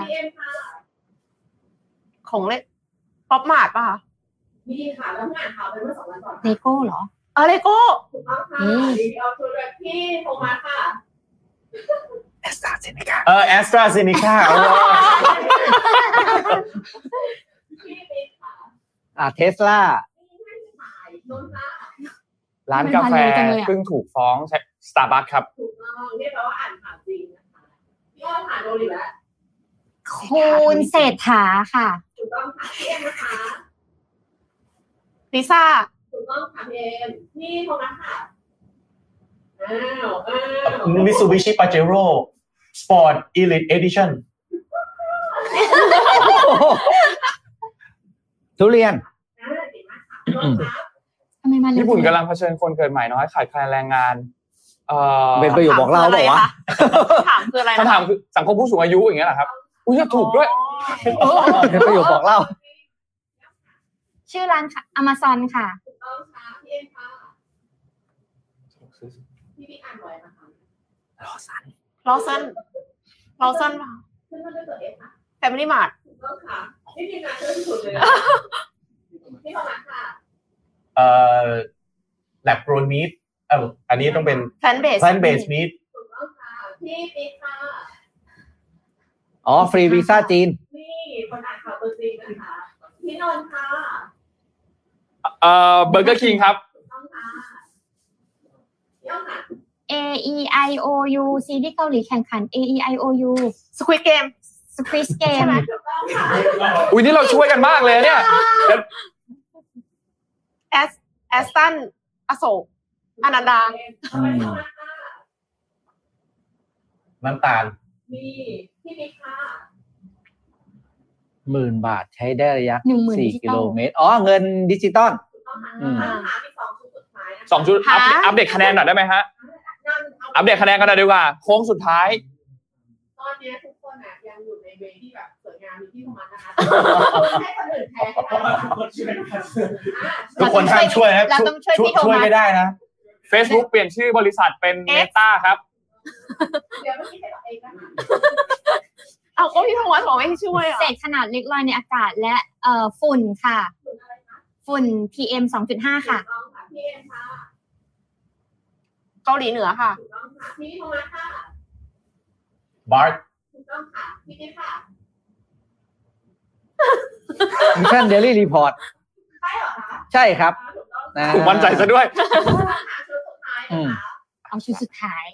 ของเล็กป๊อปมาร์ทป่ะนี่ค่ะแล้วงานข่าวไปเมื่อ2 วันก่อนเลโก้เหรอเลโก้ถูกต้องค่ะเอาโทรศัพท์ที่โทรมาค่ะแอสตราเซเนกาแอสตราเซเนกาเทสลาร้านกาแฟเพิ่งถูกฟ้องสตาร์บัคครับถูกต้องเรียกว่าอ่านข่าวจริงนะคะพี่อ้อผ่านโดนอีกแล้วคุณเศรษฐาค่ะถูกต้องค่ะพี่เอ็มนะคะลิซ่าถูกต้องค่ะพี่เอ็มนี่โทรมาค่ะ Mitsubishi Pajero Sport Elite Edition ทุเรียนญี่ปุ่นกำลังเผชิญคนเกิดใหม่น้อยขาดแคลนแรงงานเป็นประโยคบอกเล่าบอกว่าถามคืออะไรคำถามคือสังคมผู้สูงอายุอย่างเงี้ยเหรอครับอุ้ยถูกด้วยเป็นประโยคบอกเล่าชื่อร้านค่ะ Amazon ค่ะถูกต้องค่ะพี่เอ็มค่ะพี่อ่านบ่อยนะคะลอซันค่ะขึ้นมาด้วยตัวเองค่ะ Family Mart ถูกต้องค่ะพี่ทีมงานเชื่อที่สุดเลยพี่เข้ามาค่ะ Lab grown meat อันนี้ต้องเป็น plant based meat ถูกต้องค่ะพี่ปิ๊กค่ะฟรีวีซ่าจีนนี่คนอ่านข่าวตัวจริงนะคะพี่นนท์ค่ะเบอร์เกอร์คิงครับถูกต้องค่ะย่อค่ะ AEIOU ซีรีส์เกาหลีแข่งขัน AEIOU Squid Game อุ้ยนี่เราช่วยกันมากเลยเนี่ยแอสตันอโศกอนันดาน้ำตาลนี่พี่บิ๊กค่ะ 10,000 บาทใช้ได้ระยะ4 กิโลเมตรเงินดิจิตอล 2 ชุดอัปเดตคะแนนหน่อยได้ไหมฮะอัปเดตคะแนนกันหน่อยดีกว่าโค้งสุดท้ายตอนนี้ทุกคนยังอยู่ในเวที่แบบสวยงามทุกคนห้ามช่วยนะช่วยไม่ได้นะ Facebook เปลี่ยนชื่อบริษัทเป็น Meta ครับเดี๋ยวไม่มีใครบอกเองนะคะเอาก็พี่โทมัสบอกไม่ให้ช่วยอ่ะเศษขนาดเล็กลอยในอากาศและฝุ่นค่ะฝุ่น PM 2.5 ค่ะเกาหลีเหนือค่ะพี่โทมัสค่ะบาร์ถูกต้องค่ะพี่ติ๊กค่ะ Mission Daily Report ใช่เหรอคะใช่ครับผมมั่นใจซะด้วยเอาชุดสุดท้าย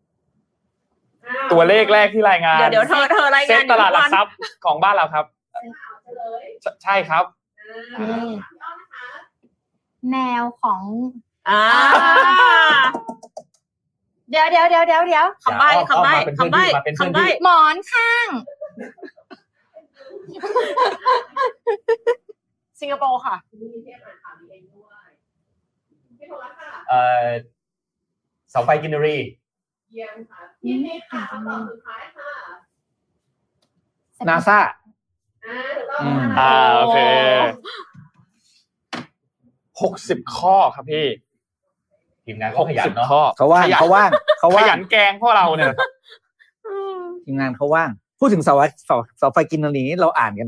ตัวเลขแรกที่รายงานเดี๋ยวเธอรายงานเซ็ตตลาดหลักทรัพย์ของบ้านเราครับใช่ครับแมวของเดี๋ยวคำใบ้หมอนข้างสิงคโปร์ค่ะเสาไฟกินรีเยี่ยมค่ะพี่เมฆค่ะคำตอบสุดท้ายค่ะ NASA ถูกต้องโอเค60ข้อครับพี่ทีมงานเขาขยันเนาะเขาว่างขยันแกงพวกเราเนี่ยทีมงานเขาว่างพูดถึงเสาไฟกินรีนี้เราอ่านกัน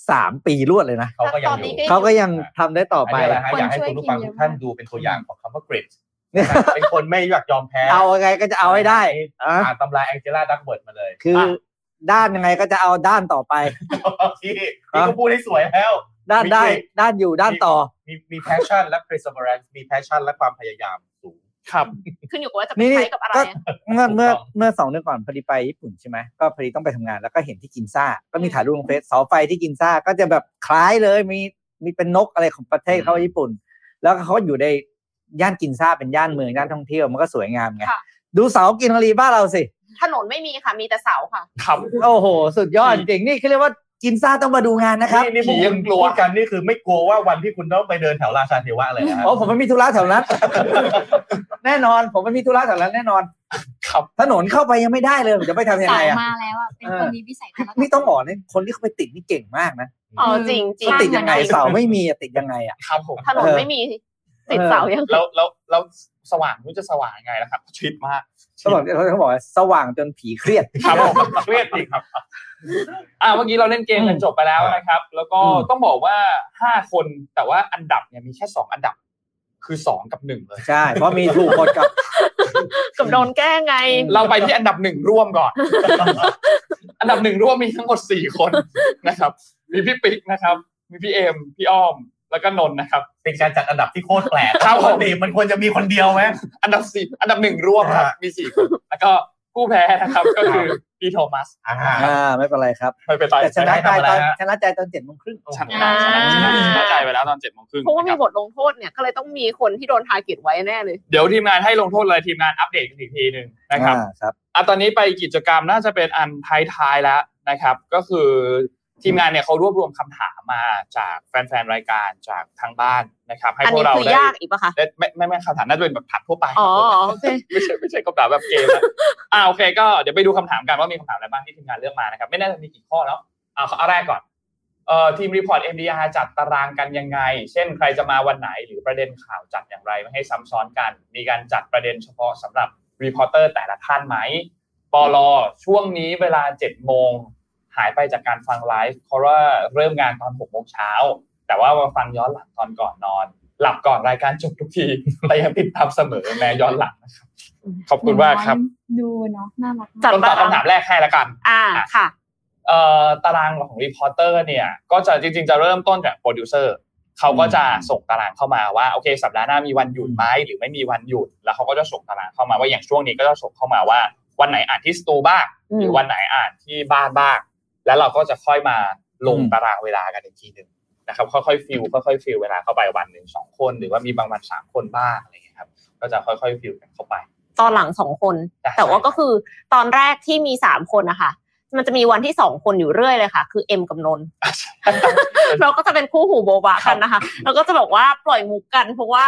3 ปีรวดเลยนะเขาก็ยังทำได้ต่อไปอยากให้คุณผู้ฟังทุกท่านดูเป็นตัวอย่างของคำว่า grit เป็นคนไม่อยากยอมแพ้เอาไงก็จะเอาให้ได้อ่านตำราแองเจล่าดักเบิร์ดมาเลยคือด้านยังไงก็จะเอาด้านต่อไปที่ก็พูดให้สวยแล้วด้านได้ด้านอยู่ด้านต่อมี passion และ perseverance มี passion และความพยายามสูงครับขึ้นอยู่กับว่าจะไปใช้กับอะไรเมื่อ2 เดือนก่อนพอดีไปญี่ปุ่นใช่ไหมก็พอดีต้องไปทำงานแล้วก็เห็นที่กินซ่าก็มีถ่ายรูปลงเฟซเสาไฟที่กินซ่าก็จะแบบคล้ายเลยมีเป็นนกอะไรของประเทศเขาญี่ปุ่นแล้วเขาอยู่ในย่านกินซ่าเป็นย่านเมืองย่านท่องเที่ยวมันก็สวยงามไงดูเสากินรีบ้านเราสิถนนไม่มีค่ะมีแต่เสาค่ะครับโอ้โหสุดยอดจริงนี่เขาเรียกว่ากินซ่าต้องมาดูงานนะครับนี่พวกคุณกลัวกันนี่คือไม่กลัวว่าวันที่คุณต้องไปเดินแถวราชาเทวะเลยนะอ๋อผมไม่มีธุระแถวนั้นแน่นอนผมไม่มีธุระแถวนั้นแน่นอนครับถนนเข้าไปยังไม่ได้เลยจะไปทำยังไงมาแล้วอ่ะเป็นคนมีวิสัยทัศน์นี่ต้องบอกนี่คนที่เขาไปติดนี่เก่งมากนะจริงติดยังไงเสาไม่มีติดยังไงอ่ะครับผมถนนไม่มีติดเสายังแล้วสว่างมันจะสว่างยังไงล่ะครับชิดมากเขาบอกสว่างจนผีเครียดครับผมเครียดจริงครับเมื่อกี้เราเล่นเกมกันจบไปแล้วนะครับแล้วก็ต้องบอกว่า5คนแต่ว่าอันดับเนี่ยมีแค่2อันดับคือ2กับ1เลยใช่เพราะมีถูกหมดกับโดนแก้ไงเราไปที่อันดับ1ร่วมก่อนอันดับ1ร่วมมีทั้งหมด4คนนะครับมีพี่ปิ๊กนะครับมีพี่เอ็มพี่อ้อมแล้วก็นนท์นะครับเป็นการจัดอันดับที่โคตรแปลกปกติมันควรจะมีคนเดียวไหมอันดับ1ร่วมครับมี4คนแล้วก็ผู้แพ้นะครับก็คือพี่โทมัสไม่เป็นไรครับไม่เป็นไรแต่ชนะใจตอน 7:30 น. ชนะใจไปแล้วตอน 7:30 น. เพราะว่ามีบทลงโทษเนี่ยก็เลยต้องมีคนที่โดนทาร์เก็ตไว้แน่เลยเดี๋ยวทีมงานให้ลงโทษเลยทีมงานอัปเดตกันอีกทีนึงนะครับตอนนี้ไปกิจกรรมน่าจะเป็นอันท้ายๆแล้วนะครับก็คือทีมงานเนี่ยเขารวบรวมคำถามมาจากแฟนๆรายการจากทางบ้านนะครับให้พวกเราได้ยากอีกป่ะคะไม่คำถามน่าจะเป็นแบบถามทั่วไปโอเคไม่ใช่คำถามแบบเกมนะโอเคก็เดี๋ยวไปดูคำถามกันว่ามีคำถามอะไรบ้างที่ทีมงานเลือกมานะครับไม่แน่จะมีกี่ข้อแล้วเอาแรกก่อนทีมรีพอร์ต MDR จัดตารางกันยังไงเช่นใครจะมาวันไหนหรือประเด็นข่าวจัดอย่างไรไม่ให้ซ้ำซ้อนกันมีการจัดประเด็นเฉพาะสำหรับรีพอร์เตอร์แต่ละท่านไหมปลช่วงนี้เวลา 7:00 นหายไปจากการฟังไลฟ์เพราะว่าเริ่มงานตอน 6:00 นแต่ว่ามาฟังย้อนหลังตอนก่อนนอนหลับก่อนรายการจบทุกทีแต่ยังติดตามเสมอแม้ย้อนหลังนะครับขอบคุณมากครับดูเนาะน่ารักต้นตอบคำถามแรกให้ละกันค่ะตารางของรีพอร์เตอร์เนี่ยก็จะจริงๆจะเริ่มต้นจากโปรดิวเซอร์เขาก็จะส่งตารางเข้ามาว่าโอเคสัปดาห์หน้ามีวันหยุดไหมหรือไม่มีวันหยุดแล้วเขาก็จะส่งตารางเข้ามาว่าอย่างช่วงนี้ก็จะส่งเข้ามาว่าวันไหนอ่านที่สตูบ้างหรือวันไหนอ่านที่บ้านบ้างแล้วเราก็จะค่อยมาลงตารางเวลากันอีกทีนึงนะครับค่อยๆฟิลเวลาเข้าไปวันนึง2คนหรือว่ามีบางวัน3คนบ้างอะไรอย่างเงี้ยครับก็จะค่อยๆฟิลกันเข้าไปตอนหลัง2คนแต่ว่าก็คือตอนแรกที่มี3คนนะคะมันจะมีวันที่2คนอยู่เรื่อยเลยค่ะคือเอ็มกับนนท์เราก็จะเป็นคู่หูโบบะกันนะคะแล้วก็จะบอกว่าปล่อยมุกกันเพราะว่า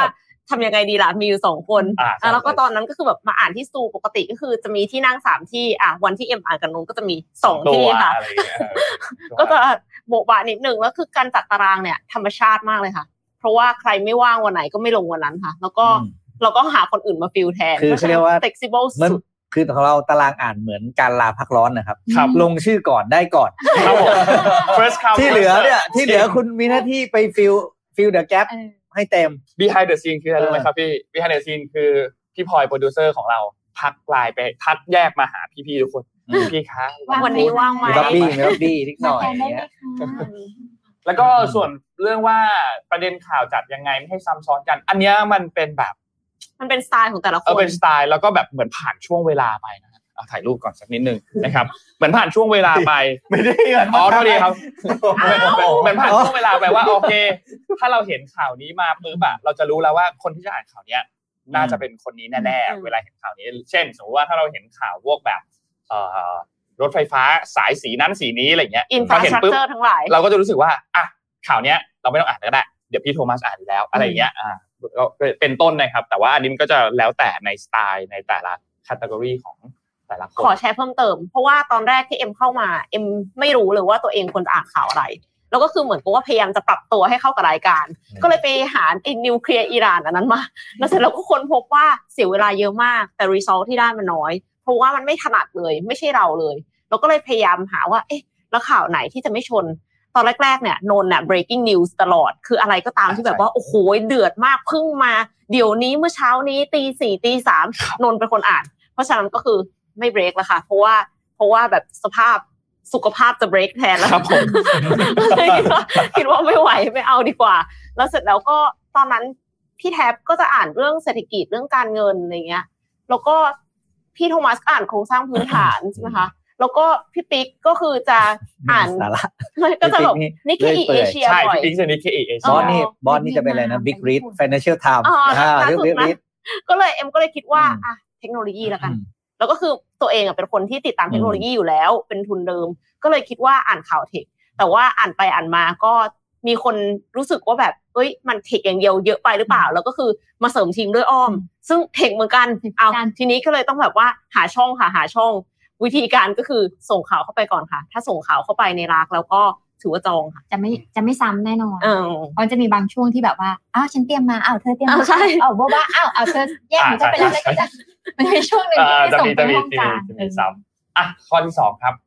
ทำยังไงดีล่ะมีอยู่2คนแล้วก็ตอนนั้นก็คือแบบมาอ่านที่สตูปกติก็คือจะมีที่นั่ง3ที่วันที่เอ็มอ่านกับนุ้นก็จะมี2ที่ค่ะก็จะโบะบะนิดนึงแล้วคือการจัดตารางเนี่ยธรรมชาติมากเลยค่ะเพราะว่าใครไม่ว่างวันไหนก็ไม่ลงวันนั้นค่ะแล้วก็เราก็หาคนอื่นมาฟิลแทนคือเรียกว่า flexible สุดคือของเราตารางอ่านเหมือนการลาพักร้อนนะครับลงชื่อก่อนได้ก่อนที่เหลือเนี่ยที่เหลือคุณมีหน้าที่ไปฟิลเดอะแก๊ปให้เต็ม behind the scene คืออะไรรู้ไหมครับพี่ behind the scene คือพี่พลอยโปรดิวเซอร์ของเราทักไลน์ไปทักแยกมาหาพี่ๆทุกคนพี่คะวันนี้ว่างไหมรับบี้นิดหน่อยแล้วก็ส่วนเรื่องว่าประเด็นข่าวจัดยังไงไม่ให้ซ้ำซ้อนกันอันนี้มันเป็นแบบมันเป็นสไตล์ของแต่ละคนเป็นสไตล์แล้วก็แบบเหมือนผ่านช่วงเวลาไปนะเอาถ่ายรูปก่อนสักนิดนึงนะครับเหมือนผ่านช่วงเวลาไปไม่ได้เท่านี้ครับเหมือนผ่านช่วงเวลาไปว่าโอเคถ้าเราเห็นข่าวนี้มาปุ๊บอะเราจะรู้แล้วว่าคนที่จะอ่านข่าวนี้น่าจะเป็นคนนี้แน่ๆเวลาเห็นข่าวนี้เช่นสมมติว่าถ้าเราเห็นข่าวพวกแบบรถไฟฟ้าสายสีนั้นสีนี้อะไรเงี้ยพอเห็นปุ๊บทั้งหลายเราก็จะรู้สึกว่าอ่ะข่าวเนี้ยเราไม่ต้องอ่านก็ได้เดี๋ยวพี่โทมัสอ่านแล้วอะไรเงี้ยก็เป็นต้นนะครับแต่ว่าอันนี้มันก็จะแล้วแต่ในสไตล์ในแต่ละแคตตากรีของแต่ละคนขอแชร์เพิ่มเติมเพราะว่าตอนแรกที่เอ็มเข้ามาเอ็มไม่รู้เลยว่าตัวเองควรจะอ่านข่าวอะไรแล้วก็คือเหมือนกับว่าพยายามจะปรับตัวให้เข้ากับรายการก็เลยไปหาไอ้นิวเคลียร์อิหร่านอันนั้นมาแล้วเสร็จแล้วก็ค้นพบว่าเสียเวลาเยอะมากแต่รีซัลท์ที่ได้มันน้อยเพราะว่ามันไม่ถนัดเลยไม่ใช่เราเลยเราก็เลยพยายามหาว่าเอ๊ะแล้วข่าวไหนที่จะไม่ชนตอนแรกๆเนี่ยนนน่ะ breaking news ตลอดคืออะไรก็ตามที่แบบว่าโอ้โหเดือดมากเพิ่งมาเดี๋ยวนี้เมื่อเช้านี้ 4:00 น 3:00 นนเป็นคนอ่านเพราะฉะนั้นก็คือไม่เบรกแล้วค่ะเพราะว่าแบบสุขภาพจะเบรกแทนแล้วครับผมคิดว่าไม่ไหวไม่เอาดีกว่าแล้วเสร็จแล้วก็ตอนนั้นพี่แท็บก็จะอ่านเรื่องเศรษฐกิจเรื่องการเงินอะไรเงี้ยแล้วก็พี่โทมัสอ่านโครงสร้างพื้นฐานใช่ไหมคะแล้วก็พี่ปิ๊กก็คือจะอ่านก็จะแบบนิกเกอิเอเชียบ่อยใช่พี่ปิ๊กจะนิกเกอิเอเชียบอสนี่จะเป็นอะไรนะ Big Read Financial Times เรื่อง Big Read ก็เลยคิดว่าเทคโนโลยีแล้วกันแล้วก็คือตัวเองเป็นคนที่ติดตามเทคโนโลยีอยู่แล้วเป็นทุนเดิมก็เลยคิดว่าอ่านข่าวเทคแต่ว่าอ่านไปอ่านมาก็มีคนรู้สึกว่าแบบเอ้ยมันเทคอย่างเดียวเยอะไปหรือเปล่าแล้วก็คือมาเสริมทีมด้วยอ้อมซึ่งเทคเหมือนกันเอาทีนี้ก็เลยต้องแบบว่าหาช่องวิธีการก็คือส่งข่าวเข้าไปก่อนค่ะถ้าส่งข่าวเข้าไปในรักแล้วก็ถือว่าจองค่ะจะไม่ซ้ำแน่นอนเพราะจะมีบางช่วงที่แบบว่าอ้าวฉันเตรียมมาอ้าวเธอเตรียมมาว่าอ้าวเธอแยกมันก็ไปแล้วก็จะมันเป็นช่วงนึงที่ส่งไปห้องกลางซ้ำข้อที่2ครับ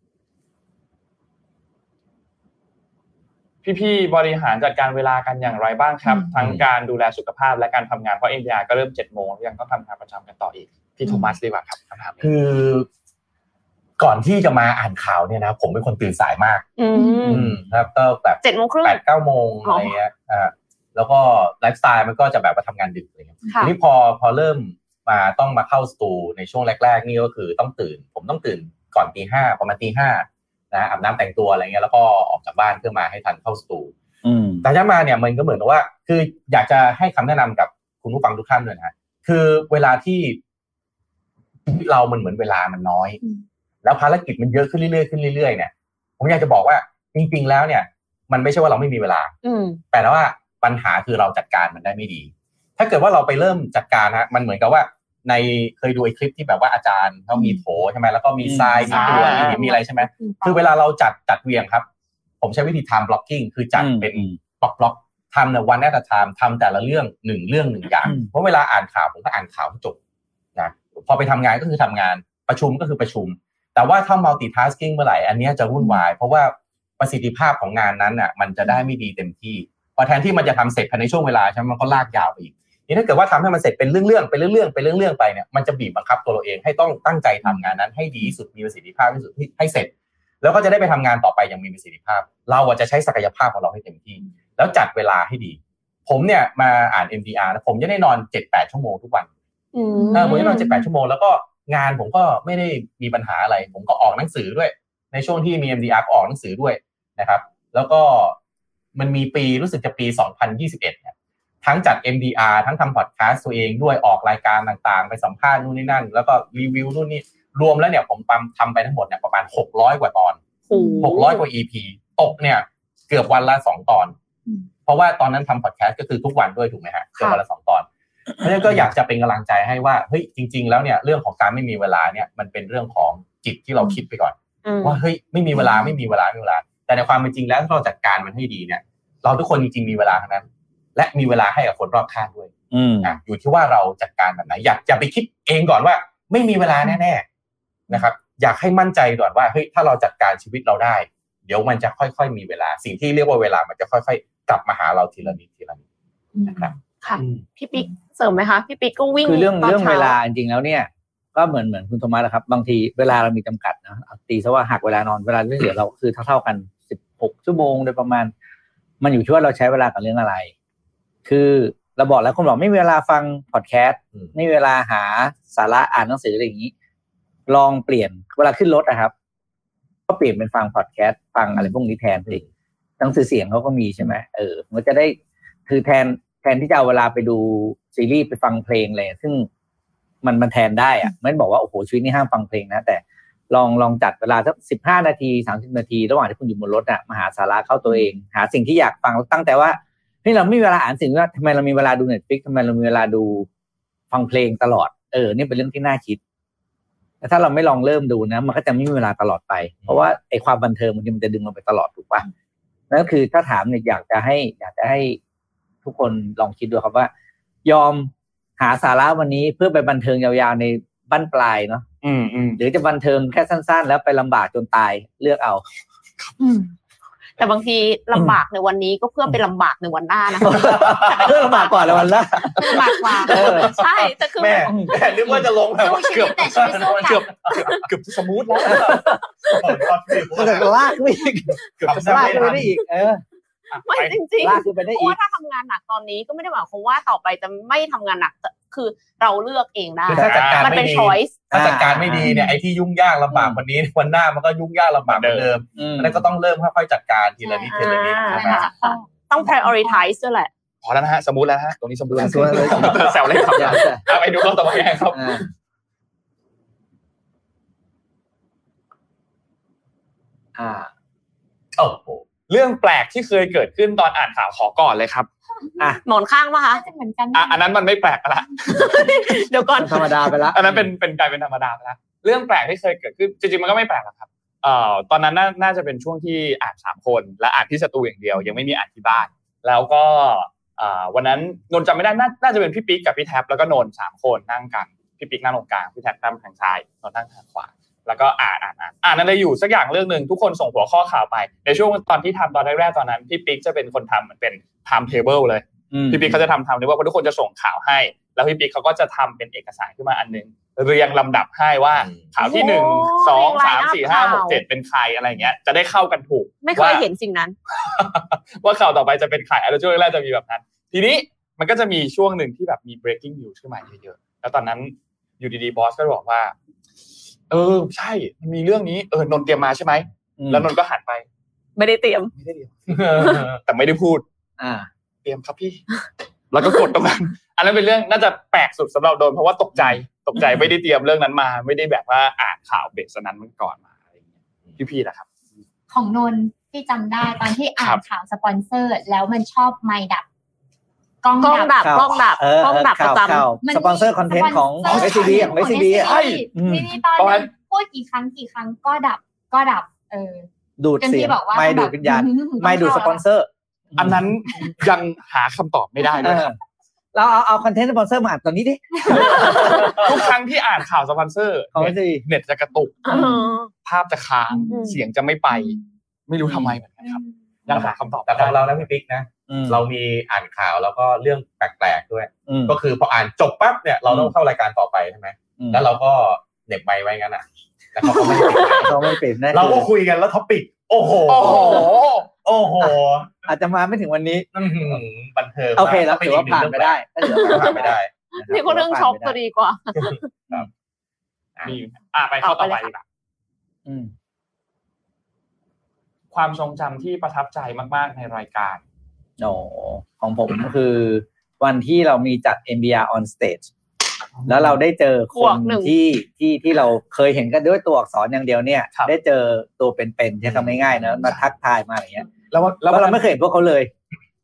พี่ๆบริหารจัดการเวลากันอย่างไรบ้างครับทั้งการดูแลสุขภาพและการทำงานเพราะ NDR ก็เริ่ม 7:00 นยังต้องทำงานประจำกันต่ออีกพี่โทมัสดีกว่าครับคำถามนี้คือก่อนที่จะมาอ่านข่าวเนี่ยนะผมเป็นคนตื่นสายมากครับก็แบบ 7:30 น 8-9 โมงอะไรเงี้ยแล้วก็ไลฟ์สไตล์มันก็จะแบบมาทำงานดึกอะไรเงี้ยทีนี้พอเริ่มมาต้องมาเข้าสตูในช่วงแรกๆนี่ก็คือต้องตื่นผมต้องตื่นก่อน 5:00 ประมาณ 5:00 นะอาบน้ำแต่งตัวอะไรเงี้ยแล้วก็ออกจากบ้านเพื่อมาให้ทันเข้าสตูแต่ถ้ามาเนี่ยมันก็เหมือนว่าคืออยากจะให้คำแนะนำกับคุณผู้ฟังทุกท่านด้วยนะคือเวลาที่เรามันเหมือนเวลามันน้อยแล้วภารกิจมันเยอะขึ้นเรื่อยๆเนี่ยผมอยากจะบอกว่าจริงๆแล้วเนี่ยมันไม่ใช่ว่าเราไม่มีเวลาแต่ว่าปัญหาคือเราจัดการมันได้ไม่ดีถ้าเกิดว่าเราไปเริ่มจัดการฮะมันเหมือนกับว่าในเคยดูไอ้คลิปที่แบบว่าอาจารย์เขามีโถใช่ไหมแล้วก็มีทรายมีตัวมีอะไรใช่ไหมคือเวลาเราจัดเรียงครับผมใช้วิธี time blocking คือจัดเป็นบล็อกทำใน one at a time ทำแต่ละเรื่อง1อย่างเพราะเวลาอ่านข่าวผมก็อ่านข่าวจบนะพอไปทำงานก็คือทำงานประชุมก็คือประชุมแต่ว่าถ้า multitasking เมื่อไหร่อันนี้จะวุ่นวายเพราะว่าประสิทธิภาพของงานนั้นน่ะมันจะได้ไม่ดีเต็มที่พอแทนที่มันจะทำเสร็จภายในช่วงเวลาใช่ไหมมันก็ลากยาวไปอีกนี่ถ้าเกิดว่าทำให้มันเสร็จเป็นเรื่องๆไปเนี่ยมันจะบีบบังคับตัวเราเองให้ต้องตั้งใจทำงานนั้นให้ดีที่สุดมีประสิทธิภาพที่สุดให้เสร็จแล้วก็จะได้ไปทำงานต่อไปอย่างมีประสิทธิภาพเราจะใช้ศักยภาพของเราให้เต็มที่แล้วจัดเวลาให้ดีผมเนี่ยมาอ่าน MDR นะผมจะได้นอน 7-8 ชั่วโมงทุกวันผมจะนอน 7-8 ชั่วโมงแล้วก็งานผมก็ไม่ได้มีปัญหาอะไรผมก็ออกหนังสือด้วยในช่วงที่มี MDR ก็ออกหนังสือด้วยนะครับแล้วก็มันมีปีรู้สึกจะปี 2021 เนี่ยทั้งจัด MDR ทั้งทำพอดแคสต์ตัวเองด้วยออกรายการต่างๆไปสัมภาษณ์นู่นนี่นั่นแล้วก็รีวิวนู่นนี่รวมแล้วเนี่ยผมทำไปทั้งหมดเนี่ยประมาณ600 กว่าตอน600 กว่า EP ตกเนี่ยเกือบวันละ2 ตอนเพราะว่าตอนนั้นทำพอดแคสต์ก็คือทุกวันด้วยถูกไหมฮะเจอวันละ2 ตอนเพราะฉะนั้นก็อยากจะเป็นกำลังใจให้ว่าเฮ้ยจริงๆแล้วเนี่ยเรื่องของการไม่มีเวลาเนี่ยมันเป็นเรื่องของจิตที่เราคิดไปก่อนว่าเฮ้ยไม่มีเวลาแต่ในความเป็นจริงแล้วถ้าเราจัดการมันให้ดีเนี่ยเราทุกคนจริงๆมีเวลาทั้งนั้นและมีเวลาให้กับคนรอบข้างด้วยอยู่ที่ว่าเราจัดการแบบไหนอย่าไปคิดเองก่อนว่าไม่มีเวลาแน่ๆนะครับอยากให้มั่นใจก่อนว่าเฮ้ยถ้าเราจัดการชีวิตเราได้เดี๋ยวมันจะค่อยๆมีเวลาสิ่งที่เรียกว่าเวลามันจะค่อยๆกลับมาหาเราทีละนิดนะครับค่ะพี่ปิ๊กเสริมไหมคะพี่ปิ๊กก็วิ่งคือเรื่องเวลาจริงๆแล้วเนี่ยก็เหมือนคุณโทมัสนะครับบางทีเวลาเรามีจำกัดนะตีซะว่าหักเวลานอนเวลาที่เหลือเราคือเท่าๆกัน16 ชั่วโมงโดยประมาณมันอยู่ที่ว่าเราใช้เวลากับเรื่องอะไรคือเราบอกแล้วคนบอกไม่มีเวลาฟังพอดแคสต์ไม่มีเวลาหาสาระอ่านหนังสืออะไรอย่างนี้ลองเปลี่ยนเวลาขึ้นรถนะครับก็เปลี่ยนเป็นฟังพอดแคสต์ฟังอะไรพวกนี้แทนสิหนังสือเสียงเขาก็มีใช่ไหมมันจะได้คือแทนที่จะเอาเวลาไปดูซีรีส์ไปฟังเพลงเลยซึ่งมันแทนได้อะไม่บอกว่าโอ้โหชีวิตนี้ห้ามฟังเพลงนะแต่ลองจัดเวลาสัก15 นาที30 นาทีระหว่างที่คุณอยู่บนรถอ่ะมาหาสาระเข้าตัวเองหาสิ่งที่อยากฟังตั้งแต่ว่านี่เราไม่มีเวลาอ่านสิ่งว่าทำไมเรามีเวลาดู Netflix ทำไมเรามีเวลาดูฟังเพลงตลอดนี่เป็นเรื่องที่น่าคิดแต่ถ้าเราไม่ลองเริ่มดูนะมันก็จะไม่มีเวลาตลอดไปเพราะว่าไอ้ความบันเทิงมันจะดึงเราไปตลอดถูกป่ะนั่นก็คือถ้าถามเนี่ยอยากจะให้ทุกคนลองคิดดูครับว่ายอมหาสาระวันนี้เพื่อไปบันเทิงยาวๆในบั้นปลายเนาะหรือจะบันเทิงแค่สั้นๆแล้วไปลำบากจนตายเลือกเอาแต่บางทีลำบากในวันนี้ก็เพื่อไปลำบากในวันหน้านะเพื่อลำบากกว่าในวันหน้าลำบากกว่าใช่แต่คือแม่นึกว่าจะลงแบบเกือบจะสมูทแล้วลากไม่เกือบจะลากไม่ได้อีกไม่จริงๆเพราะว่าถ้าทำงานหนักตอนนี้ก็ไม่ได้หมายความว่าต่อไปจะไม่ทำงานหนักคือเราเลือกเองได้มันเป็น choice ถ้าจัดการไม่ดีเนี่ยไอ้ที่ยุ่งยากลำบากวันนี้วันหน้ามันก็ยุ่งยากลำบากเหมือนเดิมแล้วก็ต้องเริ่มค่อยๆจัดการทีละนิดต้อง prioritize ด้วยแหละพอแล้วนะฮะสมูทแล้วฮะตรงนี้สมูทแล้วแซวเล่นครับไปดูต่อไปครับโอ้โหเรื่องแปลกที่เคยเกิดขึ้นตอนอ่านข่าวขอก่อนเลยครับหมอนข้างป่ะคะเหมือนกันอันนั้นมันไม่แปลกละเดี๋ยวก่อนธรรมดาไปละอันนั้นเป็นกลายเป็นธรรมดาไปละเรื่องแปลกที่เคยเกิดขึ้นจริงๆมันก็ไม่แปลกหรอกครับตอนนั้นน่าจะเป็นช่วงที่อ่าน3 คนและอ่านที่สตูอย่างเดียวยังไม่มีอ่านที่บ้านแล้วก็วันนั้นนนท์จำไม่ได้น่าจะเป็นพี่ปิ๊กกับพี่แท็บแล้วก็นนท์3 คนนั่งกันพี่ปิ๊กนั่งตรงกลางพี่แท็บนั่งทางซ้ายนนท์นั่งทางขวาแล้วก็อ่านอะไรอยู่สักอย่างเรื่องนึงทุกคนส่งหัวข้อข่าวไปในช่วงตอนที่ทำตอนแรกๆตอนนั้นพี่ปิ๊กจะเป็นคนทำเหมือนเป็น time table เลยพี่ปิ๊กเขาจะทำเลยว่าทุกคนจะส่งข่าวให้แล้วพี่ปิ๊กเขาก็จะทำเป็นเอกสารขึ้นมาอันนึงเรียงลำดับให้ว่าข่าวที่1 2 3 4 5 6 7เป็นใครอะไรอย่างเงี้ยจะได้เข้ากันถูกไม่เคยเห็นสิ่งนั้นว่าข่าวต่อไปจะเป็นใครแล้วช่วงแรกจะมีแบบนั้นทีนี้มันก็จะมีช่วงนึงที่แบบมี breaking news ขึ้นมาเยอะๆแล้วตอนนั้นอยู่ดีๆบอสก็บอกว่าใช่มันมีเรื่องนี้นนท์เตรียมมาใช่ไหมแล้วนนท์ก็หันไปไม่ได้เตรียมแต่ไม่ได้พูดเตรียมครับพี่แล้วก็กดตรงนั้นอันนั้นเป็นเรื่องน่าจะแปลกสุดสำหรับโดนเพราะว่าตกใจไม่ได้เตรียมเรื่องนั้นมาไม่ได้แบบว่าอ่านข่าวเบสนั้นมันก่อนมาอะไรอย่างเงี้ยพี่ๆนะครับของนนท์ที่จำได้ตอนที่อ่านข่าวสปอนเซอร์แล้วมันชอบไมค์ดับกล้องดับประจำสปอนเซอร์คอนเทนต์ของ SCB ของ SCB ใช่มีตอนนั้นพูดกี่ครั้งก็ดับดูดเสียงไม่ดูดวิญญาณไม่ดูดสปอนเซอร์อันนั้นยังหาคำตอบไม่ได้เลยครับเราเอาคอนเทนต์สปอนเซอร์มาอ่านตอนนี้ดิทุกครั้งที่อ่านข่าวสปอนเซอร์เน็ตจะกระตุกภาพจะค้างเสียงจะไม่ไปไม่รู้ทำไมเหมือนกันครับยังหาคำตอบแต่ของเรานะพี่ปิ๊กนะเรามีอ่านข่าวแล้วก็เรื่องแปลกๆด้วยก็คือพออ่านจบปั๊บเนี่ยเราต้องเข้ารายการต่อไปใช่ไหมแล้วเราก็เหน็บไมค์ไว้งั้นอ่ะแล้วเขาก็ไม่ปิดเราก็คุยกันแล้วท็อปิกโอ้โหอาจจะมาไม่ถึงวันนี้บันเทิงโอเคแล้วถือว่าผ่านไปได้นี่ก็เรื่องช็อปก็ดีกว่าไปเข้าต่อไปดีกว่าความทรงจำที่ประทับใจมากๆในรายการของผมก็คือวันที่เรามีจัด MBR on stage แล้วเราได้เจอคนที่เราเคยเห็นกันด้วยตัวอักษรอย่างเดียวเนี่ยได้เจอตัวเป็นๆใช้คำง่ายๆนะมาทักทายมาอย่างเงี้ยแล้วเราไม่เคยเห็นพวกเขาเลย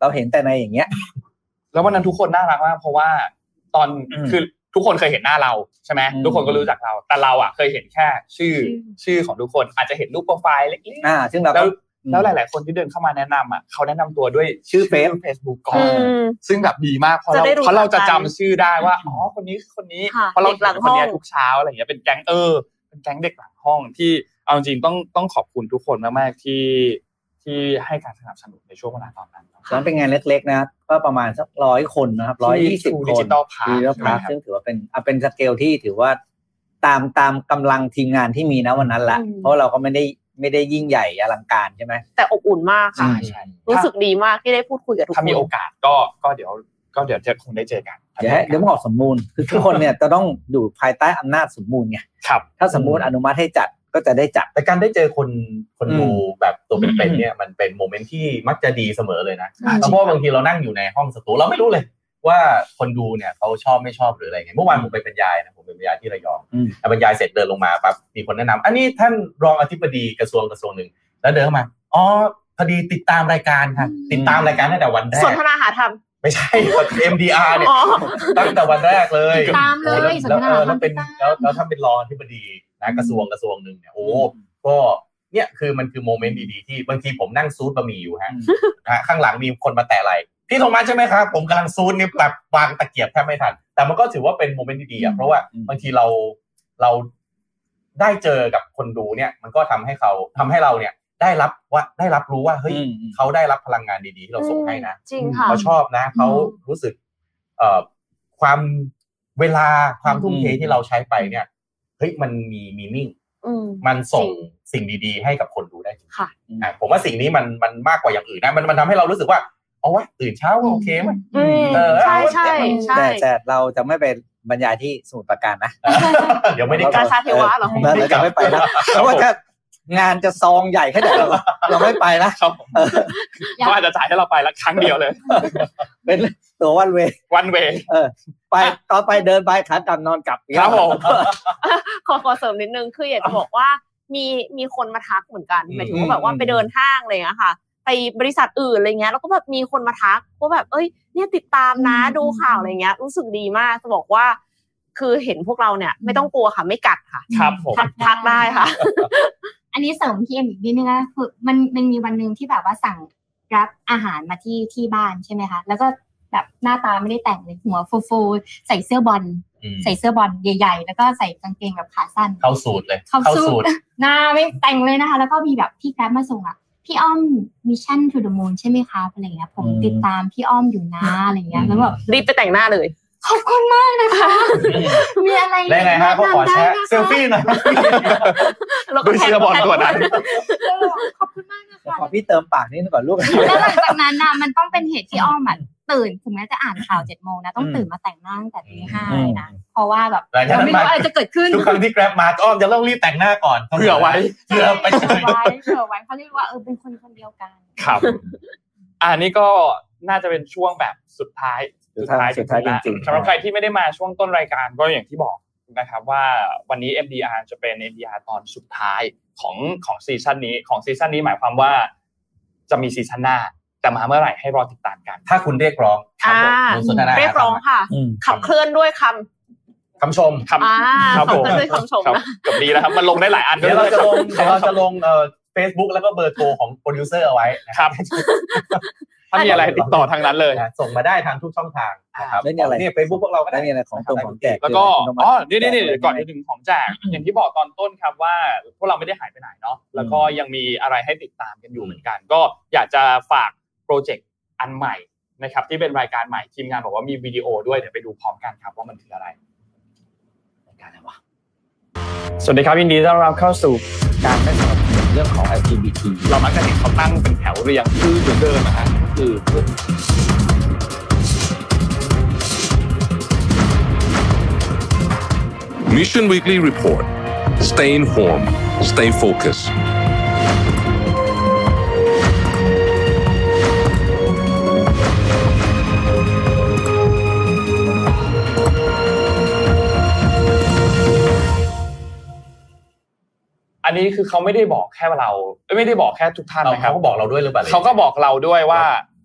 เราเห็นแต่ในอย่างเงี้ยแล้ววันนั้นทุกคนน่ารักมากเพราะว่าตอนคือทุกคนเคยเห็นหน้าเราใช่ไหมทุกคนก็รู้จักเราแต่เราอ่ะเคยเห็นแค่ชื่อของทุกคนอาจจะเห็นรูปโปรไฟล์เล็กๆซึ่งเราแล้วหลายๆคนที่เดินเข้ามาแนะนำอ่ะเขาแนะนำตัวด้วยชื่อFacebook ก่อนซึ่งแบบดีมากเพราะเราจะจำชื่อได้ว่าอ๋อคนนี้เพราะเราเห็นคนนี้ทุกเช้าอะไรอย่างเงี้ยเป็นแก๊งเป็นแก๊งเด็กหลังห้องที่เอาจริงต้องขอบคุณทุกคนมากๆที่ให้การสนับสนุนในช่วงเวลาตอนนั้นนั้นเป็นงานเล็กๆนะก็ประมาณสัก100 คนนะครับ120 คนดิจิตอลพาร์ทซึ่งถือว่าเป็นสเกลที่ถือว่าตามกำลังทีมงานที่มีนะวันนั้นละเพราะเราก็ไม่ได้ยิ่งใหญ่อลังการใช่ไหมแต่อบอุ่นมากค่ะรู้สึกดีมากที่ได้พูดคุยกับทุกคนถ้ามีโอกาสก็เดี๋ยวจะคงได้เจอกันเดี๋ยวมันออกสมบูรณ์คือทุกคนเนี่ยจะต้องอยู่ภายใต้อำนาจสมบูรณ์ไงถ้าสมบูรณ์อนุมัติให้จัดก็จะได้จัดแต่การได้เจอคนดูแบบตัวเป็นๆเนี่ยมันเป็นโมเมนต์ที่มักจะดีเสมอเลยนะเพราะบางทีเรานั่งอยู่ในห้องสตูเราไม่รู้เลยว่าคนดูเนี่ยเขาชอบไม่ชอบหรืออะไรไงเมื่อวานผมไปบรรยายนะผมไปบรรยายที่ระยองบรรยายเสร็จเดินลงมาปั๊บมีคนแนะนำอันนี้ท่านรองอธิบดีกระทรวงหนึ่งแล้วเดินเข้ามาอ๋อพอดีติดตามรายการค่ะติดตามรายการตั้งแต่วันแรกสนทนาหาธรรมไม่ใช่ MDR เนี่ยตั้งแต่วันแรกเลยตามเลยสนทนาแล้วเป็นแล้วถ้าเป็นรองอธิบดีนะกระทรวงนึงเนี่ยโอ้ก็เนี่ยคือมันคือโมเมนต์ดีๆที่บางทีผมนั่งซูดบะหมี่อยู่ฮะข้างหลังมีคนมาแตะไหล่พี่โทมัสใช่ไหมครับผมกำลังซูดนี่แบบวางตะเกียบแทบไม่ทันแต่มันก็ถือว่าเป็นโมเมนต์ดีๆอ่ะเพราะว่าบางทีเราได้เจอกับคนดูเนี่ยมันก็ทำให้เราเนี่ยได้รับรู้ว่าเฮ้ยเขาได้รับพลังงานดีๆที่เราส่งให้นะเขาชอบนะเขารู้สึกความเวลาความทุ่มเทที่เราใช้ไปเนี่ยเฮ้ยมันมีมีนิ่งมันส่งสิ่งดีๆให้กับคนดูได้ค่ะผมว่าสิ่งนี้มันมากกว่าอย่างอื่นนะมันทำให้เรารู้สึกว่าเอาวะตื่นเช้าก็โอเคมั้ยใช่แต่เราจะไม่ไปบรรยายที่สมุทรปราการนะเดี๋ยวไม่ได้กาชาเทวะหรอเราจะไม่ไปนะเพราะว่าถ้างานจะซองใหญ่แค่ไหนเราไม่ไปนะเขาอาจจะจ่ายให้เราไปละครั้งเดียวเลยเป็นตัววันเวไปต่อไปเดินไปขากลับนอนกลับครับผมขอเสริมนิดนึงคืออยากจะบอกว่ามีคนมาทักเหมือนกันหมายถึงว่าแบบว่าไปเดินห้างอะไรอย่างเงี้ยค่ะไปบริษัทอื่นอะไรเงี้ยแล้วก็แบบมีคนมาทักว่าแบบเอ้ยเนี่ยติดตามนะดูข่าวอะไรเงี้ยรู้สึกดีมากจะบอกว่าคือเห็นพวกเราเนี่ยไม่ต้องกลัวค่ะไม่กัดค่ะครับผมทักได้ค่ะอันนี้เสริมพี่เอ็มอีกนิดนึงนะคือมันมีวันนึงที่แบบว่าสั่งรับอาหารมาที่บ้านใช่ไหมคะแล้วก็แบบหน้าตาไม่ได้แต่งเลยหัวฟูๆใส่เสื้อบอลใหญ่ๆแล้วก็ใส่กางเกงแบบขาสั้นเข้าสูทเลยเข้าสูทหน้าไม่แต่งเลยนะคะแล้วก็มีแบบพี่แกร็บมาส่งอ่ะพี่อ้อม Mission to the Moon ใช่ไหมคะอะไรเงี้ยผมติดตามพี่อ้อมอยู่นะอะไรเงี้ยแล้วแบบรีบไปแต่งหน้าเลยขอบคุณมากนะคะมีอะไรได้ไงฮะเขาขอแชร์เซลฟี่หน่อยดูเสื้อบอลตัวนั้นขอบคุณมากนะคะขอพี่เติมปากนิดนึงก่อนลูกแล้วหลังจากนั้นน่ะมันต้องเป็นเหตุที่อ้อมอ่ะตื่นถึงแม้จะอ่านข่าว 7:00 นนะต้องตื่นมาแต่งหน้าตั้งแต่ 5:00 เลยนะเพราะว่าแบบไม่รู้อะไรจะเกิดขึ้นทุกครั้งที่ Grab มาอ้อมจะต้องรีบแต่งหน้าก่อนเผื่อไว้เผื่อไว้เขาเรียกว่าเป็นคนเดียวกันครับอันนี้ก็น่าจะเป็นช่วงแบบสุดท้ายจริงๆสำหรับใครที่ไม่ได้มาช่วงต้นรายการก็อย่างที่บอกนะครับว่าวันนี้ MDR จะเป็น MDR ตอนสุดท้ายของซีซั่นนี้หมายความว่าจะมีซีซั่นหน้าแต่มาเมื่อไหร่ให้รอติดตามกันถ้าคุณเรียกร้องเรียกร้องค่ะขับเคลื่อนด้วยคำชมครับผมด้วยคำชมนะกับดีนะครับมันลงได้หลายอันเดี๋ยวเราจะลงFacebook แล้วก็เบอร์โทรของโปรดิวเซอร์เอาไว้นะครับถ้ามีอะไรติดต่อทางนั้นเลยส่งมาได้ทางทุกช่องทางนะครับนี่ Facebook พวกเราก็ได้มีอะไรของแจกแล้วก็นี่ก่อนจะถึงของแจกอย่างที่บอกตอนต้นครับว่าพวกเราไม่ได้หายไปไหนเนาะแล้วก็ยังมีอะไรให้ติดตามกันอยู่เหมือนกันก็อยากจะฝากโปรเจกต์อันใหม่นะครับที่เป็นรายการใหม่ทีมงานบอกว่ามีวิดีโอด้วยเดี๋ยวไปดูพร้อมกันครับว่ามันคืออะไรรายการอะไรวะสวัสดีครับยินดีต้อนรับเข้าสู่การไม่สนับสนุนเรื่องของ LGBT เรามักจะเห็นเขาตั้งเป็นแถวเรียงคือเหมือนเดิมนะฮะคือ Mission Weekly Report Stay informed Stay focused อันนี้คือเขาไม่ได้บอกแค่เราไม่ได้บอกแค่ทุกท่านนะครับเขาก็บอกเราด้วยหรือเปล่าเขาก็บอกเราด้วยว่า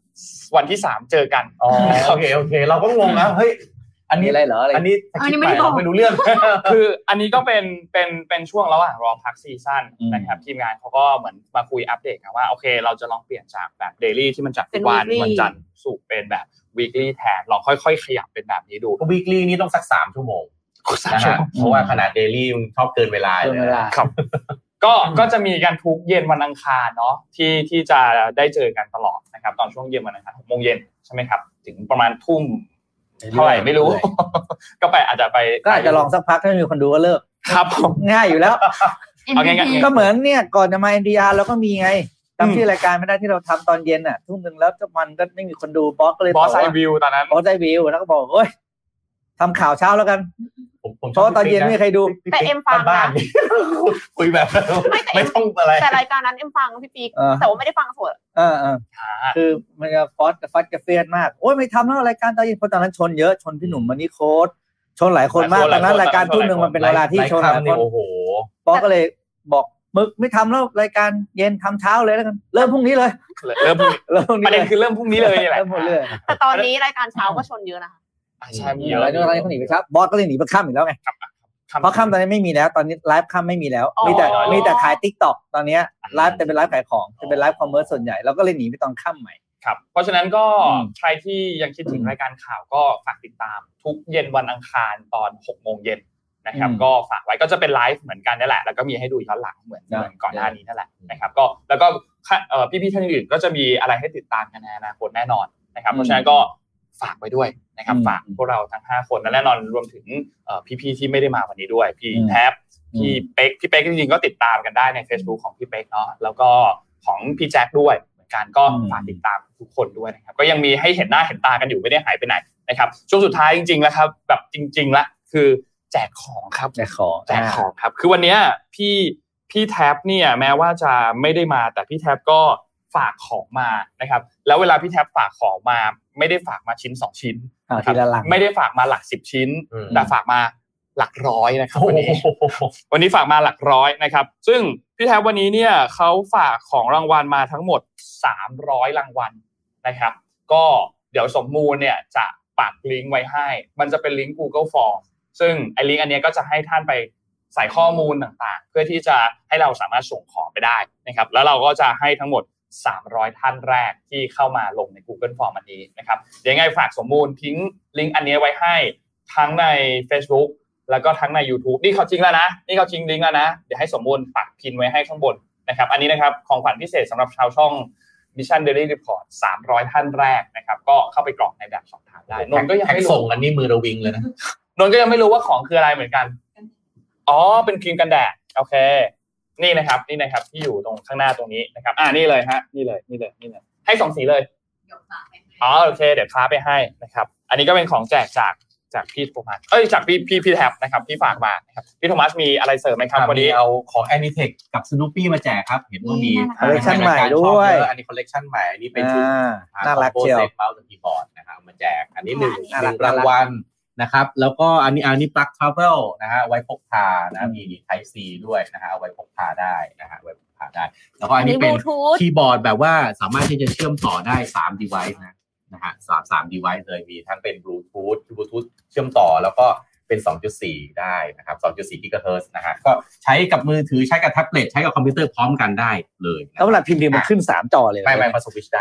วันที่3เจอกันอ๋อโอเคเราก็งงนะเฮ้ยอันนี้อะไรเหรออันนี้ไม่รู้เรื่องคืออันนี้ก็เป็นช่วงระหว่างรอพักซีซั่นนะครับทีมงานเขาก็เหมือนมาคุยอัปเดตกันว่าโอเคเราจะลองเปลี่ยนจากแบบเดลี่ที่มันจัดทุกวันจันทร์สู่เป็นแบบ weekly แทนลองค่อยๆขยับเป็นแบบนี้ดู weekly นี่ต้องสัก3ชั่วโมงนะฮะเพราะว่าขนาด daily มันชอบเกินเวลาเลยครับก็จะมีกันทุกเย็นวันอังคารเนาะที่จะได้เจอกันตลอดนะครับตอนช่วงเย็นวันอังคาร 6:00 นใช่มั้ยครับถึงประมาณทุ่มเท่าไหร่ไม่รู้ก็ไปอาจจะลองสักพักถ้ามีคนดูก็เลิกครับง่ายอยู่แล้วเอาง่ายๆก็เหมือนเนี่ยก่อนจะมา NDR แล้วก็มีไงจำชื่อรายการไม่ได้ที่เราทำตอนเย็นน่ะทุ่มนึงแล้วมันก็ไม่มีคนดูบอสก็เลยบอสไอวิวตอนนั้นบอสไอวิวแล้วก็บอกเฮ้ยทำข่าวเช้าแล้วกันเพราะตอนเย็นไม่มีใครดูแต่เอ็มฟังนะคุยแบบไม่ต้องอะไรแต่รายการนั้นเอ็มฟังพี่ปิ๊กแต่ว่าไม่ได้ฟังสดคือมันจะฟอสกระเฟียนมากโอ้ยไม่ทำแล้วรายการตอนเย็นเพราะตอนนั้นชนเยอะชนพี่หนุ่มมานี่โค้ดชนหลายคนมากตอนนั้นรายการทุ่มนึงมันเป็นเวลาที่ชนหลายคนโอ้โหบอสก็เลยบอกมึกไม่ทำแล้วรายการเย็นทำเช้าเลยแล้วกันเริ่มพรุ่งนี้เลยเริ่มประเด็นคือเริ่มพรุ่งนี้เลยนี่แหละแต่ตอนนี้รายการเช้าก็ชนเยอะนะคะใช่มีอะไรก็หนีไปครับบอสก็เลยหนีไปค่ำอีกแล้วไงเพราะค่ำตอนนี้ไม่มีแล้วตอนนี้ไลฟ์ค่ำไม่มีแล้วมีแต่ขาย TikTok ตอนนี้ไลฟ์จะเป็นไลฟ์ขายของจะเป็นไลฟ์คอมเมอร์สส่วนใหญ่แล้วก็เลยหนีไปตอนค่ำใหม่ครับเพราะฉะนั้นก็ใครที่ยังคิดถึงรายการข่าวก็ฝากติดตามทุกเย็นวันอังคารตอน 6:00 นนะครับก็ฝากไว้ก็จะเป็นไลฟ์เหมือนกันนั่นแหละแล้วก็มีให้ดูย้อนหลังเหมือนก่อนหน้านี้นั่นแหละนะครับก็แล้วก็พี่ๆท่านอื่นก็จะมีอะไรให้ติดตามกันในอนาคตแน่นอนนะครับเพราะฉะนั้นก็ฝากไว้ด้วยนะครับฝากพวกเราทั้ง5คนและแน่นอนรวมถึงพี่ๆที่ไม่ได้มาวันนี้ด้วยพี่แท็บพี่เป๊กจริงๆก็ติดตามกันได้ใน Facebook ของพี่เป๊กเนาะแล้วก็ของพี่แจ็คด้วยเหมือนกันก็ฝากติดตามทุกคนด้วยนะครับก็ยังมีให้เห็นหน้าเห็นตากันอยู่ไม่ได้หายไปไหนนะครับช่วงสุดท้ายจริงๆแล้วครับแบบจริงๆละคือแจกของครับแจกของครับคือวันนี้พี่แท็บเนี่ยแม้ว่าจะไม่ได้มาแต่พี่แท็บก็ฝากของมานะครับแล้วเวลาพี่แท็บฝากของมาไม่ได้ฝากมาชิ้น2ชิ้นไม่ได้ฝากมาหลัก10ชิ้นแต่ฝากมาหลักร้อยนะครับวันนี้ฝากมาหลักร้อยนะครับซึ่งพี่แท็บวันนี้เนี่ยเขาฝากของรางวัลมาทั้งหมด300รางวัลนะครับก็เดี๋ยวสมมูลเนี่ยจะปักลิงก์ไว้ให้มันจะเป็นลิงก์ Google Form ซึ่งไอ้ลิงก์อันนี้ก็จะให้ท่านไปใส่ข้อมูลต่างๆเพื่อที่จะให้เราสามารถส่งของไปได้นะครับแล้วเราก็จะให้ทั้งหมด300ท่านแรกที่เข้ามาลงใน Google Form อันนี้นะครับเดี๋ยวยังไงฝากสมมูลทิ้งลิงก์อันนี้ไว้ให้ทั้งใน Facebook แล้วก็ทั้งใน YouTube นี่เขาจริงแล้วนะนี่เขาจริงลิงก์แล้วนะเดี๋ยวให้สมมูลปักพินไว้ให้ข้างบนนะครับอันนี้นะครับของขวัญพิเศษสำหรับชาวช่อง Mission Daily Report 300ท่านแรกนะครับก็เข้าไปกรอกในแบบสอบถามได้นนท์ก็ยังไม่ส่งอันนี้มือระวิงเลยนะนนท์ก็ยังไม่รู้ว่าของคืออะไรเหมือนกันอ๋อเป็นครีมกันแดดโอเคนี่นะครับที่อยู่ตรงข้างหน้าตรงนี้นะครับนี่เลยฮะนี่เลยให้2สีเลยอ๋อโอเคเดี๋ยวค้าไปให้นะครับอันนี้ก็เป็นของแจกจากพี่โทมัสจากพี่แท็บนะครับที่ฝากมานะครับพี่โทมัสมีอะไรเสริมไหมครับวันนี้เอาของ Anitech กับ Snoopy มาแจกครับเห็นว่ามีคอลเลคชั่นใหม่ด้วยอันนี้คอลเลคชั่นใหม่อันนี้เป็นชุดน่ารักเชียวเมาส์กับคีย์บอร์ดนะครับมาแจกอันนี้1รางวัลนะครับแล้วก็อันนี้ปลั๊ก Travel นะฮะไว้พกพานะมี Type C ด้วยนะฮะเอาไว้พกพาได้นะฮะไว้พกพาได้แล้วก็อันนี้เป็นคีย์บอร์ดแบบว่าสามารถที่จะเชื่อมต่อได้3 device นะฮะ3 device เลยมีทั้งเป็น Bluetooth เชื่อมต่อแล้วก็เป็น 2.4 ได้นะครับ 2.4 GHz นะฮะก็ใช้กับมือถือใช้กับแท็บเล็ตใช้กับคอมพิวเตอร์พร้อมกันได้เลยแล้วเวลาพิมพ์มันขึ้น3จอเลยไม่มาสวิตช์ได้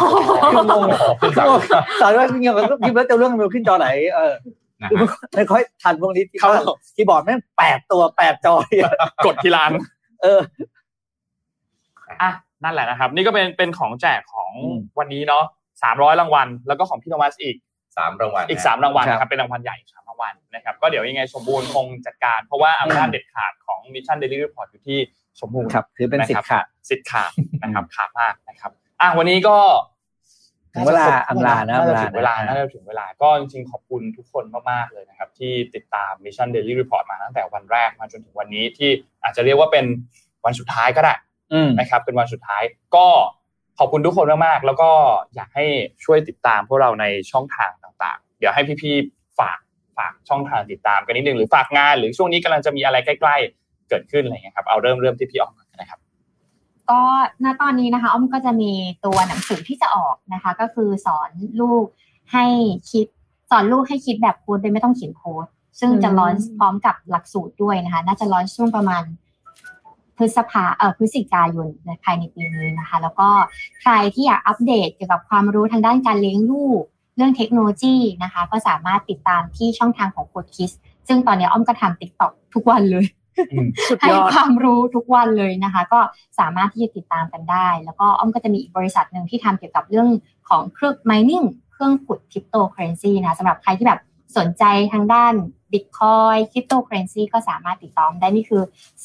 ตอนว่าพิมพ์แล้วจะเรื่องมันขึ้นจอไหนไม่ค่อยทันพวกนี้ที่คีย์บอร์ดแม่ง8ตัว8จอกดทีหลังนั่นแหละนะครับนี่ก็เป็นของแจกของวันนี้เนาะ300รางวัลแล้วก็ของพี่โทมัสอีก 3รางวัลอีก3รางวัลนะครับเป็นรางวัลใหญ่3รางวัลนะครับก็เดี๋ยวยังไงสมบูรณ์คงจัดการเพราะว่าอำนาจเด็ดขาดของ Mission Daily Report อยู่ที่สมบูรณ์ครับคือเป็นสิทธิ์ขาดนะครับขาดมากนะครับวันนี้ก็ถึงเวลาอำลานะถึงเวลาก็จริงๆขอบคุณทุกคนมากๆเลยนะครับที่ติดตาม Mission Daily Report มาตั้งแต่วันแรกมาจนถึงวันนี้ที่อาจจะเรียกว่าเป็นวันสุดท้ายก็ได้นะครับเป็นวันสุดท้ายก็ขอบคุณทุกคนมากๆแล้วก็อยากให้ช่วยติดตามพวกเราในช่องทางต่างๆเดี๋ยวให้พี่ๆฝากช่องทางติดตามกันนิดนึงหรือฝากงานหรือช่วงนี้กำลังจะมีอะไรใกล้ๆเกิดขึ้นอะไรเงี้ยครับเอาเริ่มที่พี่ออกนะครับก็ณตอนนี้นะคะอ้อมก็จะมีตัวหนังสือที่จะออกนะคะก็คือสอนลูกให้คิดแบบโค้ดโดยไม่ต้องเขียนโค้ดซึ่งจะลอนช์พร้อมกับหลักสูตรด้วยนะคะน่าจะลอนช์ช่วงประมาณพฤศจิกายนภายในปีนี้นะคะแล้วก็ใครที่อยากอัปเดตเกี่ยวกับความรู้ทางด้านการเลี้ยงลูกเรื่องเทคโนโลยีนะคะก็สามารถติดตามที่ช่องทางของ Codkids ซึ่งตอนนี้อ้อมก็ทำ TikTok ทุกวันเลยให้ความรู้ทุกวันเลยนะคะก็สามารถที่จะติดตามกันได้แล้วก็อ้อมก็จะมีอีกบริษัทนึงที่ทำเกี่ยวกับเรื่องของเครื่อง mining เครื่องขุด cryptocurrency นะคะสำหรับใครที่แบบสนใจทางด้าน Bitcoin cryptocurrency ก็สามารถติดต่อได้นี่คือ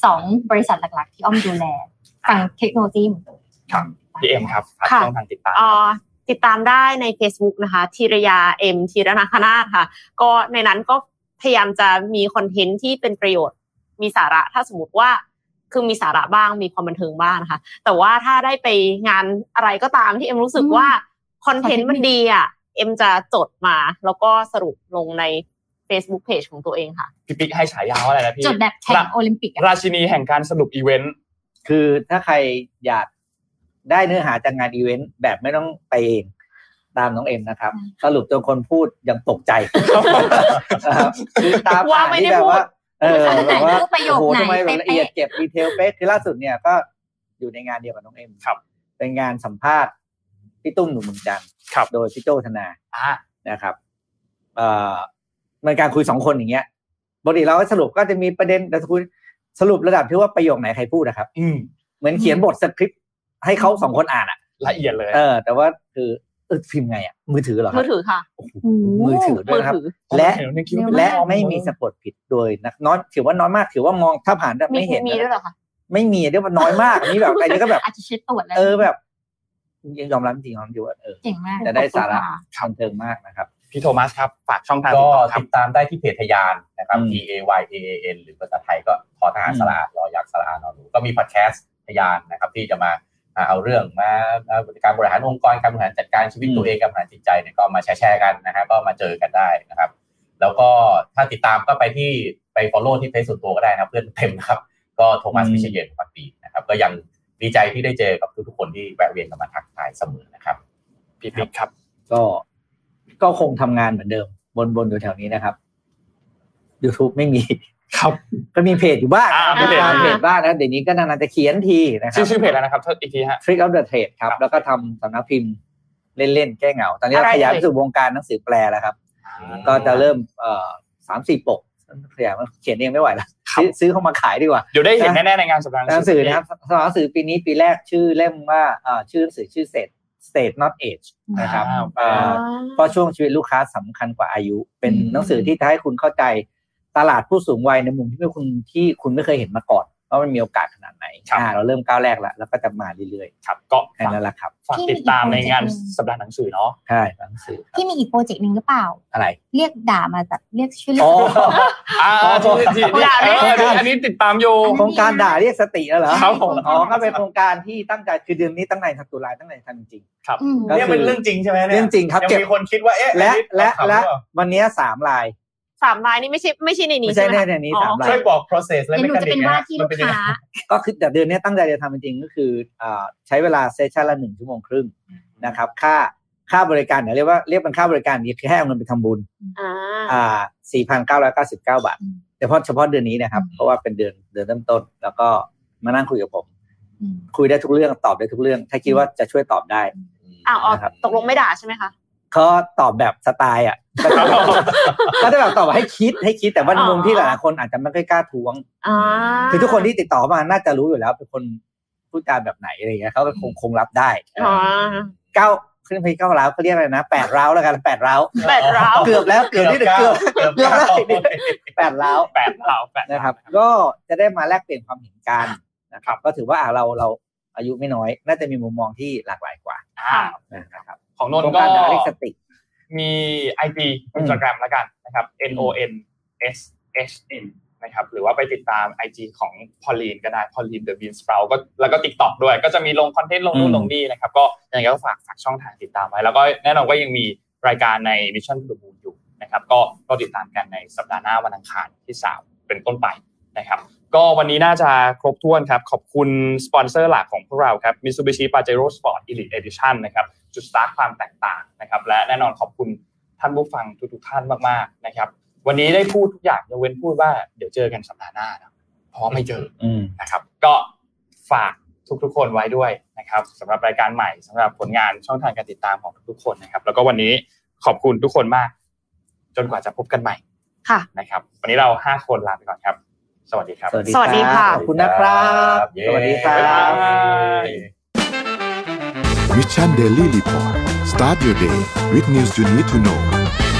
2บริษัทหลักๆที่อ้อมดูแลฝั่งเทคโนโลยีหมดเลยครับพี่เอ็มครับช่องทางติดตามติดตามได้ใน Facebook นะคะธีรยาเอ็มธีรนาคนาถค่ะก็ในนั้นก็พยายามจะมีคอนเทนต์ที่เป็นประโยชน์มีสาระถ้าสมมติว่าคือมีสาระบ้างมีความบันเทิงบ้างนะคะแต่ว่าถ้าได้ไปงานอะไรก็ตามที่เอ็มรู้สึกว่าคอนเทนต์มันดีอ่ะเอ็มจะจดมาแล้วก็สรุปลงใน Facebook Page ของตัวเองค่ะพี่ปิ๊กให้ฉายาว่าอะไรนะพี่จดแบบแข่งโอลิมปิกราชินีแห่งการสรุปอีเวนต์คือถ้าใครอยากได้เนื้อหาจากงานอีเวนต์แบบไม่ต้องไปเองตามน้องเอ็มนะครับสรุปจนคนพูดยังตกใจคือตามว่าไม่ได้พูดแบบว่าประโยคไหนละเอียดเก็บดีเทลเป๊ะคือล่าสุดเนี่ยก็อยู่ในงานเดียวกับน้องเอ็มครับเป็นงานสัมภาษณ์พี่ตุ้มหนุ่มเมืองจันทร์โดยพี่โจธนานะครับเป็นการคุย2คนอย่างเงี้ยปกติเราสรุปก็จะมีประเด็นแต่คุยสรุประดับที่ว่าประโยคไหนใครพูดนะครับเหมือนเขียนบทสคริปต์ให้เขา2คนอ่านละเอียดเลยแต่ว่าคือพิมพ์ไงมือถือเหรอมือถือค่ะมือถือด้วยครับและไม่มีสะกดผิดโดยน้อยถือว่าน้อยมากถือว่ามองถ้าผ่านไม่เห็นมีด้วยเหรอคะไม่มีเรียกว่าน้อยมากนี่แบบอะไรก็แบบอาจจะเช็ดตรวจแล้วแบบยังยอมรับจริงๆอยู่ว่าเก่งมากจะได้สาระบันเทิงมากนะครับพี่โทมัสครับฝากช่องทางติดตามได้ที่เพจทยานนะครับ TAYAAN หรือภาษาไทยก็ทอทหารสระอาดรอยักษ์สระอาหนูก็มีพอดแคสต์ทยานนะครับที่จะมาเอาเรื่องมาการบริหารองค์กรการบริหารจัดการชีวิตตัวเองการบริหารจิตใจเนี่ยก็มาแชร์กันนะฮะก็มาเจอกันได้นะครับแล้วก็ถ้าติดตามก็ไป follow ที่เพจส่วนตัวก็ได้นะครับเพื่อนเต็มนะครับก็โทมัสวิเชียรพักดีนะครับก็ยังดีใจที่ได้เจอกับทุกๆคนที่แวะเวียนมาทักทายเสมอนะครับพี่ปิ๊กครับก็คงทำงานเหมือนเดิมบนอยู่แถวนี้นะครับ YouTube ไม่มีครับก็มีเพจอยู่บ้างมีเพจบ้างนะเดี๋ยวนี้ก็นานๆจะเขียนทีนะครับชื่อเพจอะไรนะครับอีกทีฮะ Trick of the Trade ครับแล้วก็ทำสำนักพิมพ์เล่นๆแก้เหงาตอนนี้เราขยายไปสู่วงการหนังสือแปลแล้วครับก็จะเริ่ม3-4 ปกขยายมาเขียนเองไม่ไหวแล้วซื้อเข้ามาขายดีกว่าเดี๋ยวได้เห็นแน่ๆในงานสัปดาห์หนังสือนะครับหนังสือปีนี้ปีแรกชื่อเล่มว่าชื่อหนังสือชื่อState Not Age นะครับเพราะช่วงชีวิตลูกค้าสำคัญกว่าอายุเป็นหนังสือที่จะให้คุณเข้าใจตลาดผู้สูงวัยในมุมที่คุณไม่เคยเห็นมาก่อนว่ามันมีโอกาสขนาดไหนเราเริ่มก้าวแรกแล้วก็จะมาเรื่อยๆครับก็แค่นั้นแหละครับฝากติดตามในงานสัปดาห์หนังสือเนาะใช่หนังสือที่มีอีกโปรเจกต์นึงหรือเปล่าอะไรเรียกด่ามาจากเรียกชื่ออันนี้ติดตามอยู่โครงการด่าเรียกสติแล้วเหรอครับผมก็เป็นโครงการที่ตั้งใจคือเดือนนี้ตั้งใจทำตุลาตั้งใจทำจริงครับเนี่ยเป็นเรื่องจริงใช่ไหมเนี่ยเรื่องจริงครับมีคนคิดว่าและวันนี้3 ลาย 3 ลายนี่ไม่ใใช่ในนี้ใช่ไหมในนี้3 ลายช่วยบอก process และ mechanic มันเป็นยังไงก็คือแต่เดือนนี้ตั้งใจจะทำจริงๆก็คือใช้เวลาเซสชั่นละ1 ชั่วโมงครึ่งนะครับค่าบริการเรียกเป็นค่าบริการนี้คือให้เอาเงินไปทำบุญ4,999 บาทเฉพาะเดือนนี้นะครับเพราะว่าเป็นเดือนเริ่มต้นแล้วก็มานั่งคุยกับผมคุยได้ทุกเรื่องตอบได้ทุกเรื่องถ้าคิดว่าจะช่วยตอบได้ตกลงไม่ด่าใช่ไหมคะเขาตอบแบบสไตล์ก็จะแบบตอบให้คิดแต่ว่าในมุมที่หลายคนอาจจะไม่ค่อยกล้าท้วงคือทุกคนที่ติดต่อมาน่าจะรู้อยู่แล้วเป็นคนพูดจาแบบไหนอะไรเงี้ยเขาก็คงรับได้ขึ้นไป9 ร้าวเขาเรียกอะไรนะ8 ร้าวแล้วกัน8 ร้าวเกือบแล้วเกือบแล้ว8 ร้าวนะครับก็จะได้มาแลกเปลี่ยนความเห็นกันนะครับก็ถือว่าเราอายุไม่น้อยน่าจะมีมุมมองที่หลากหลายกว่านะครับของนนท์ก็มี IG Instagram แล้วกันนะครับ NONSHN นะครับหรือว่าไปติดตาม IG ของพอลลีนก็ได้ Pauline The Bean Sprout ก็แล้วก็ TikTok ด้วยก็จะมีลงคอนเทนต์ลงนู่นลงนี่นะครับก็ยังไงก็ฝากช่องทางติดตามไว้แล้วก็แน่นอนก็ยังมีรายการใน Mission to the Moon อยู่นะครับก็ติดตามกันในสัปดาห์หน้าวันอังคารที่3เป็นต้นไปนะครับก็วันนี้น่าจะครบถ้วนครับขอบคุณสปอนเซอร์หลักของพวกเราครับ Mitsubishi Pajero Sport Elite Edition นะครับจุดสตาร์ทความแตกต่างนะครับและแน่นอนขอบคุณท่านผู้ฟังทุกท่านมากๆนะครับวันนี้ได้พูดทุกอย่างยกเว้นพูดว่าเดี๋ยวเจอกันสัปดาห์หน้านะเพราะไม่เจอนะครับก็ฝากทุกคนไว้ด้วยนะครับสำหรับรายการใหม่สำหรับผลงานช่องทางการติดตามของทุกคนนะครับแล้วก็วันนี้ขอบคุณทุกคนมากจนกว่าจะพบกันใหม่ค่ะนะครับวันนี้เรา5คนลาไปก่อนครับสวัสดีครับสวัสดีค่ะขอบคุณนะครับสวัสดีครับ Mission Daily Report Start your day with news you need to know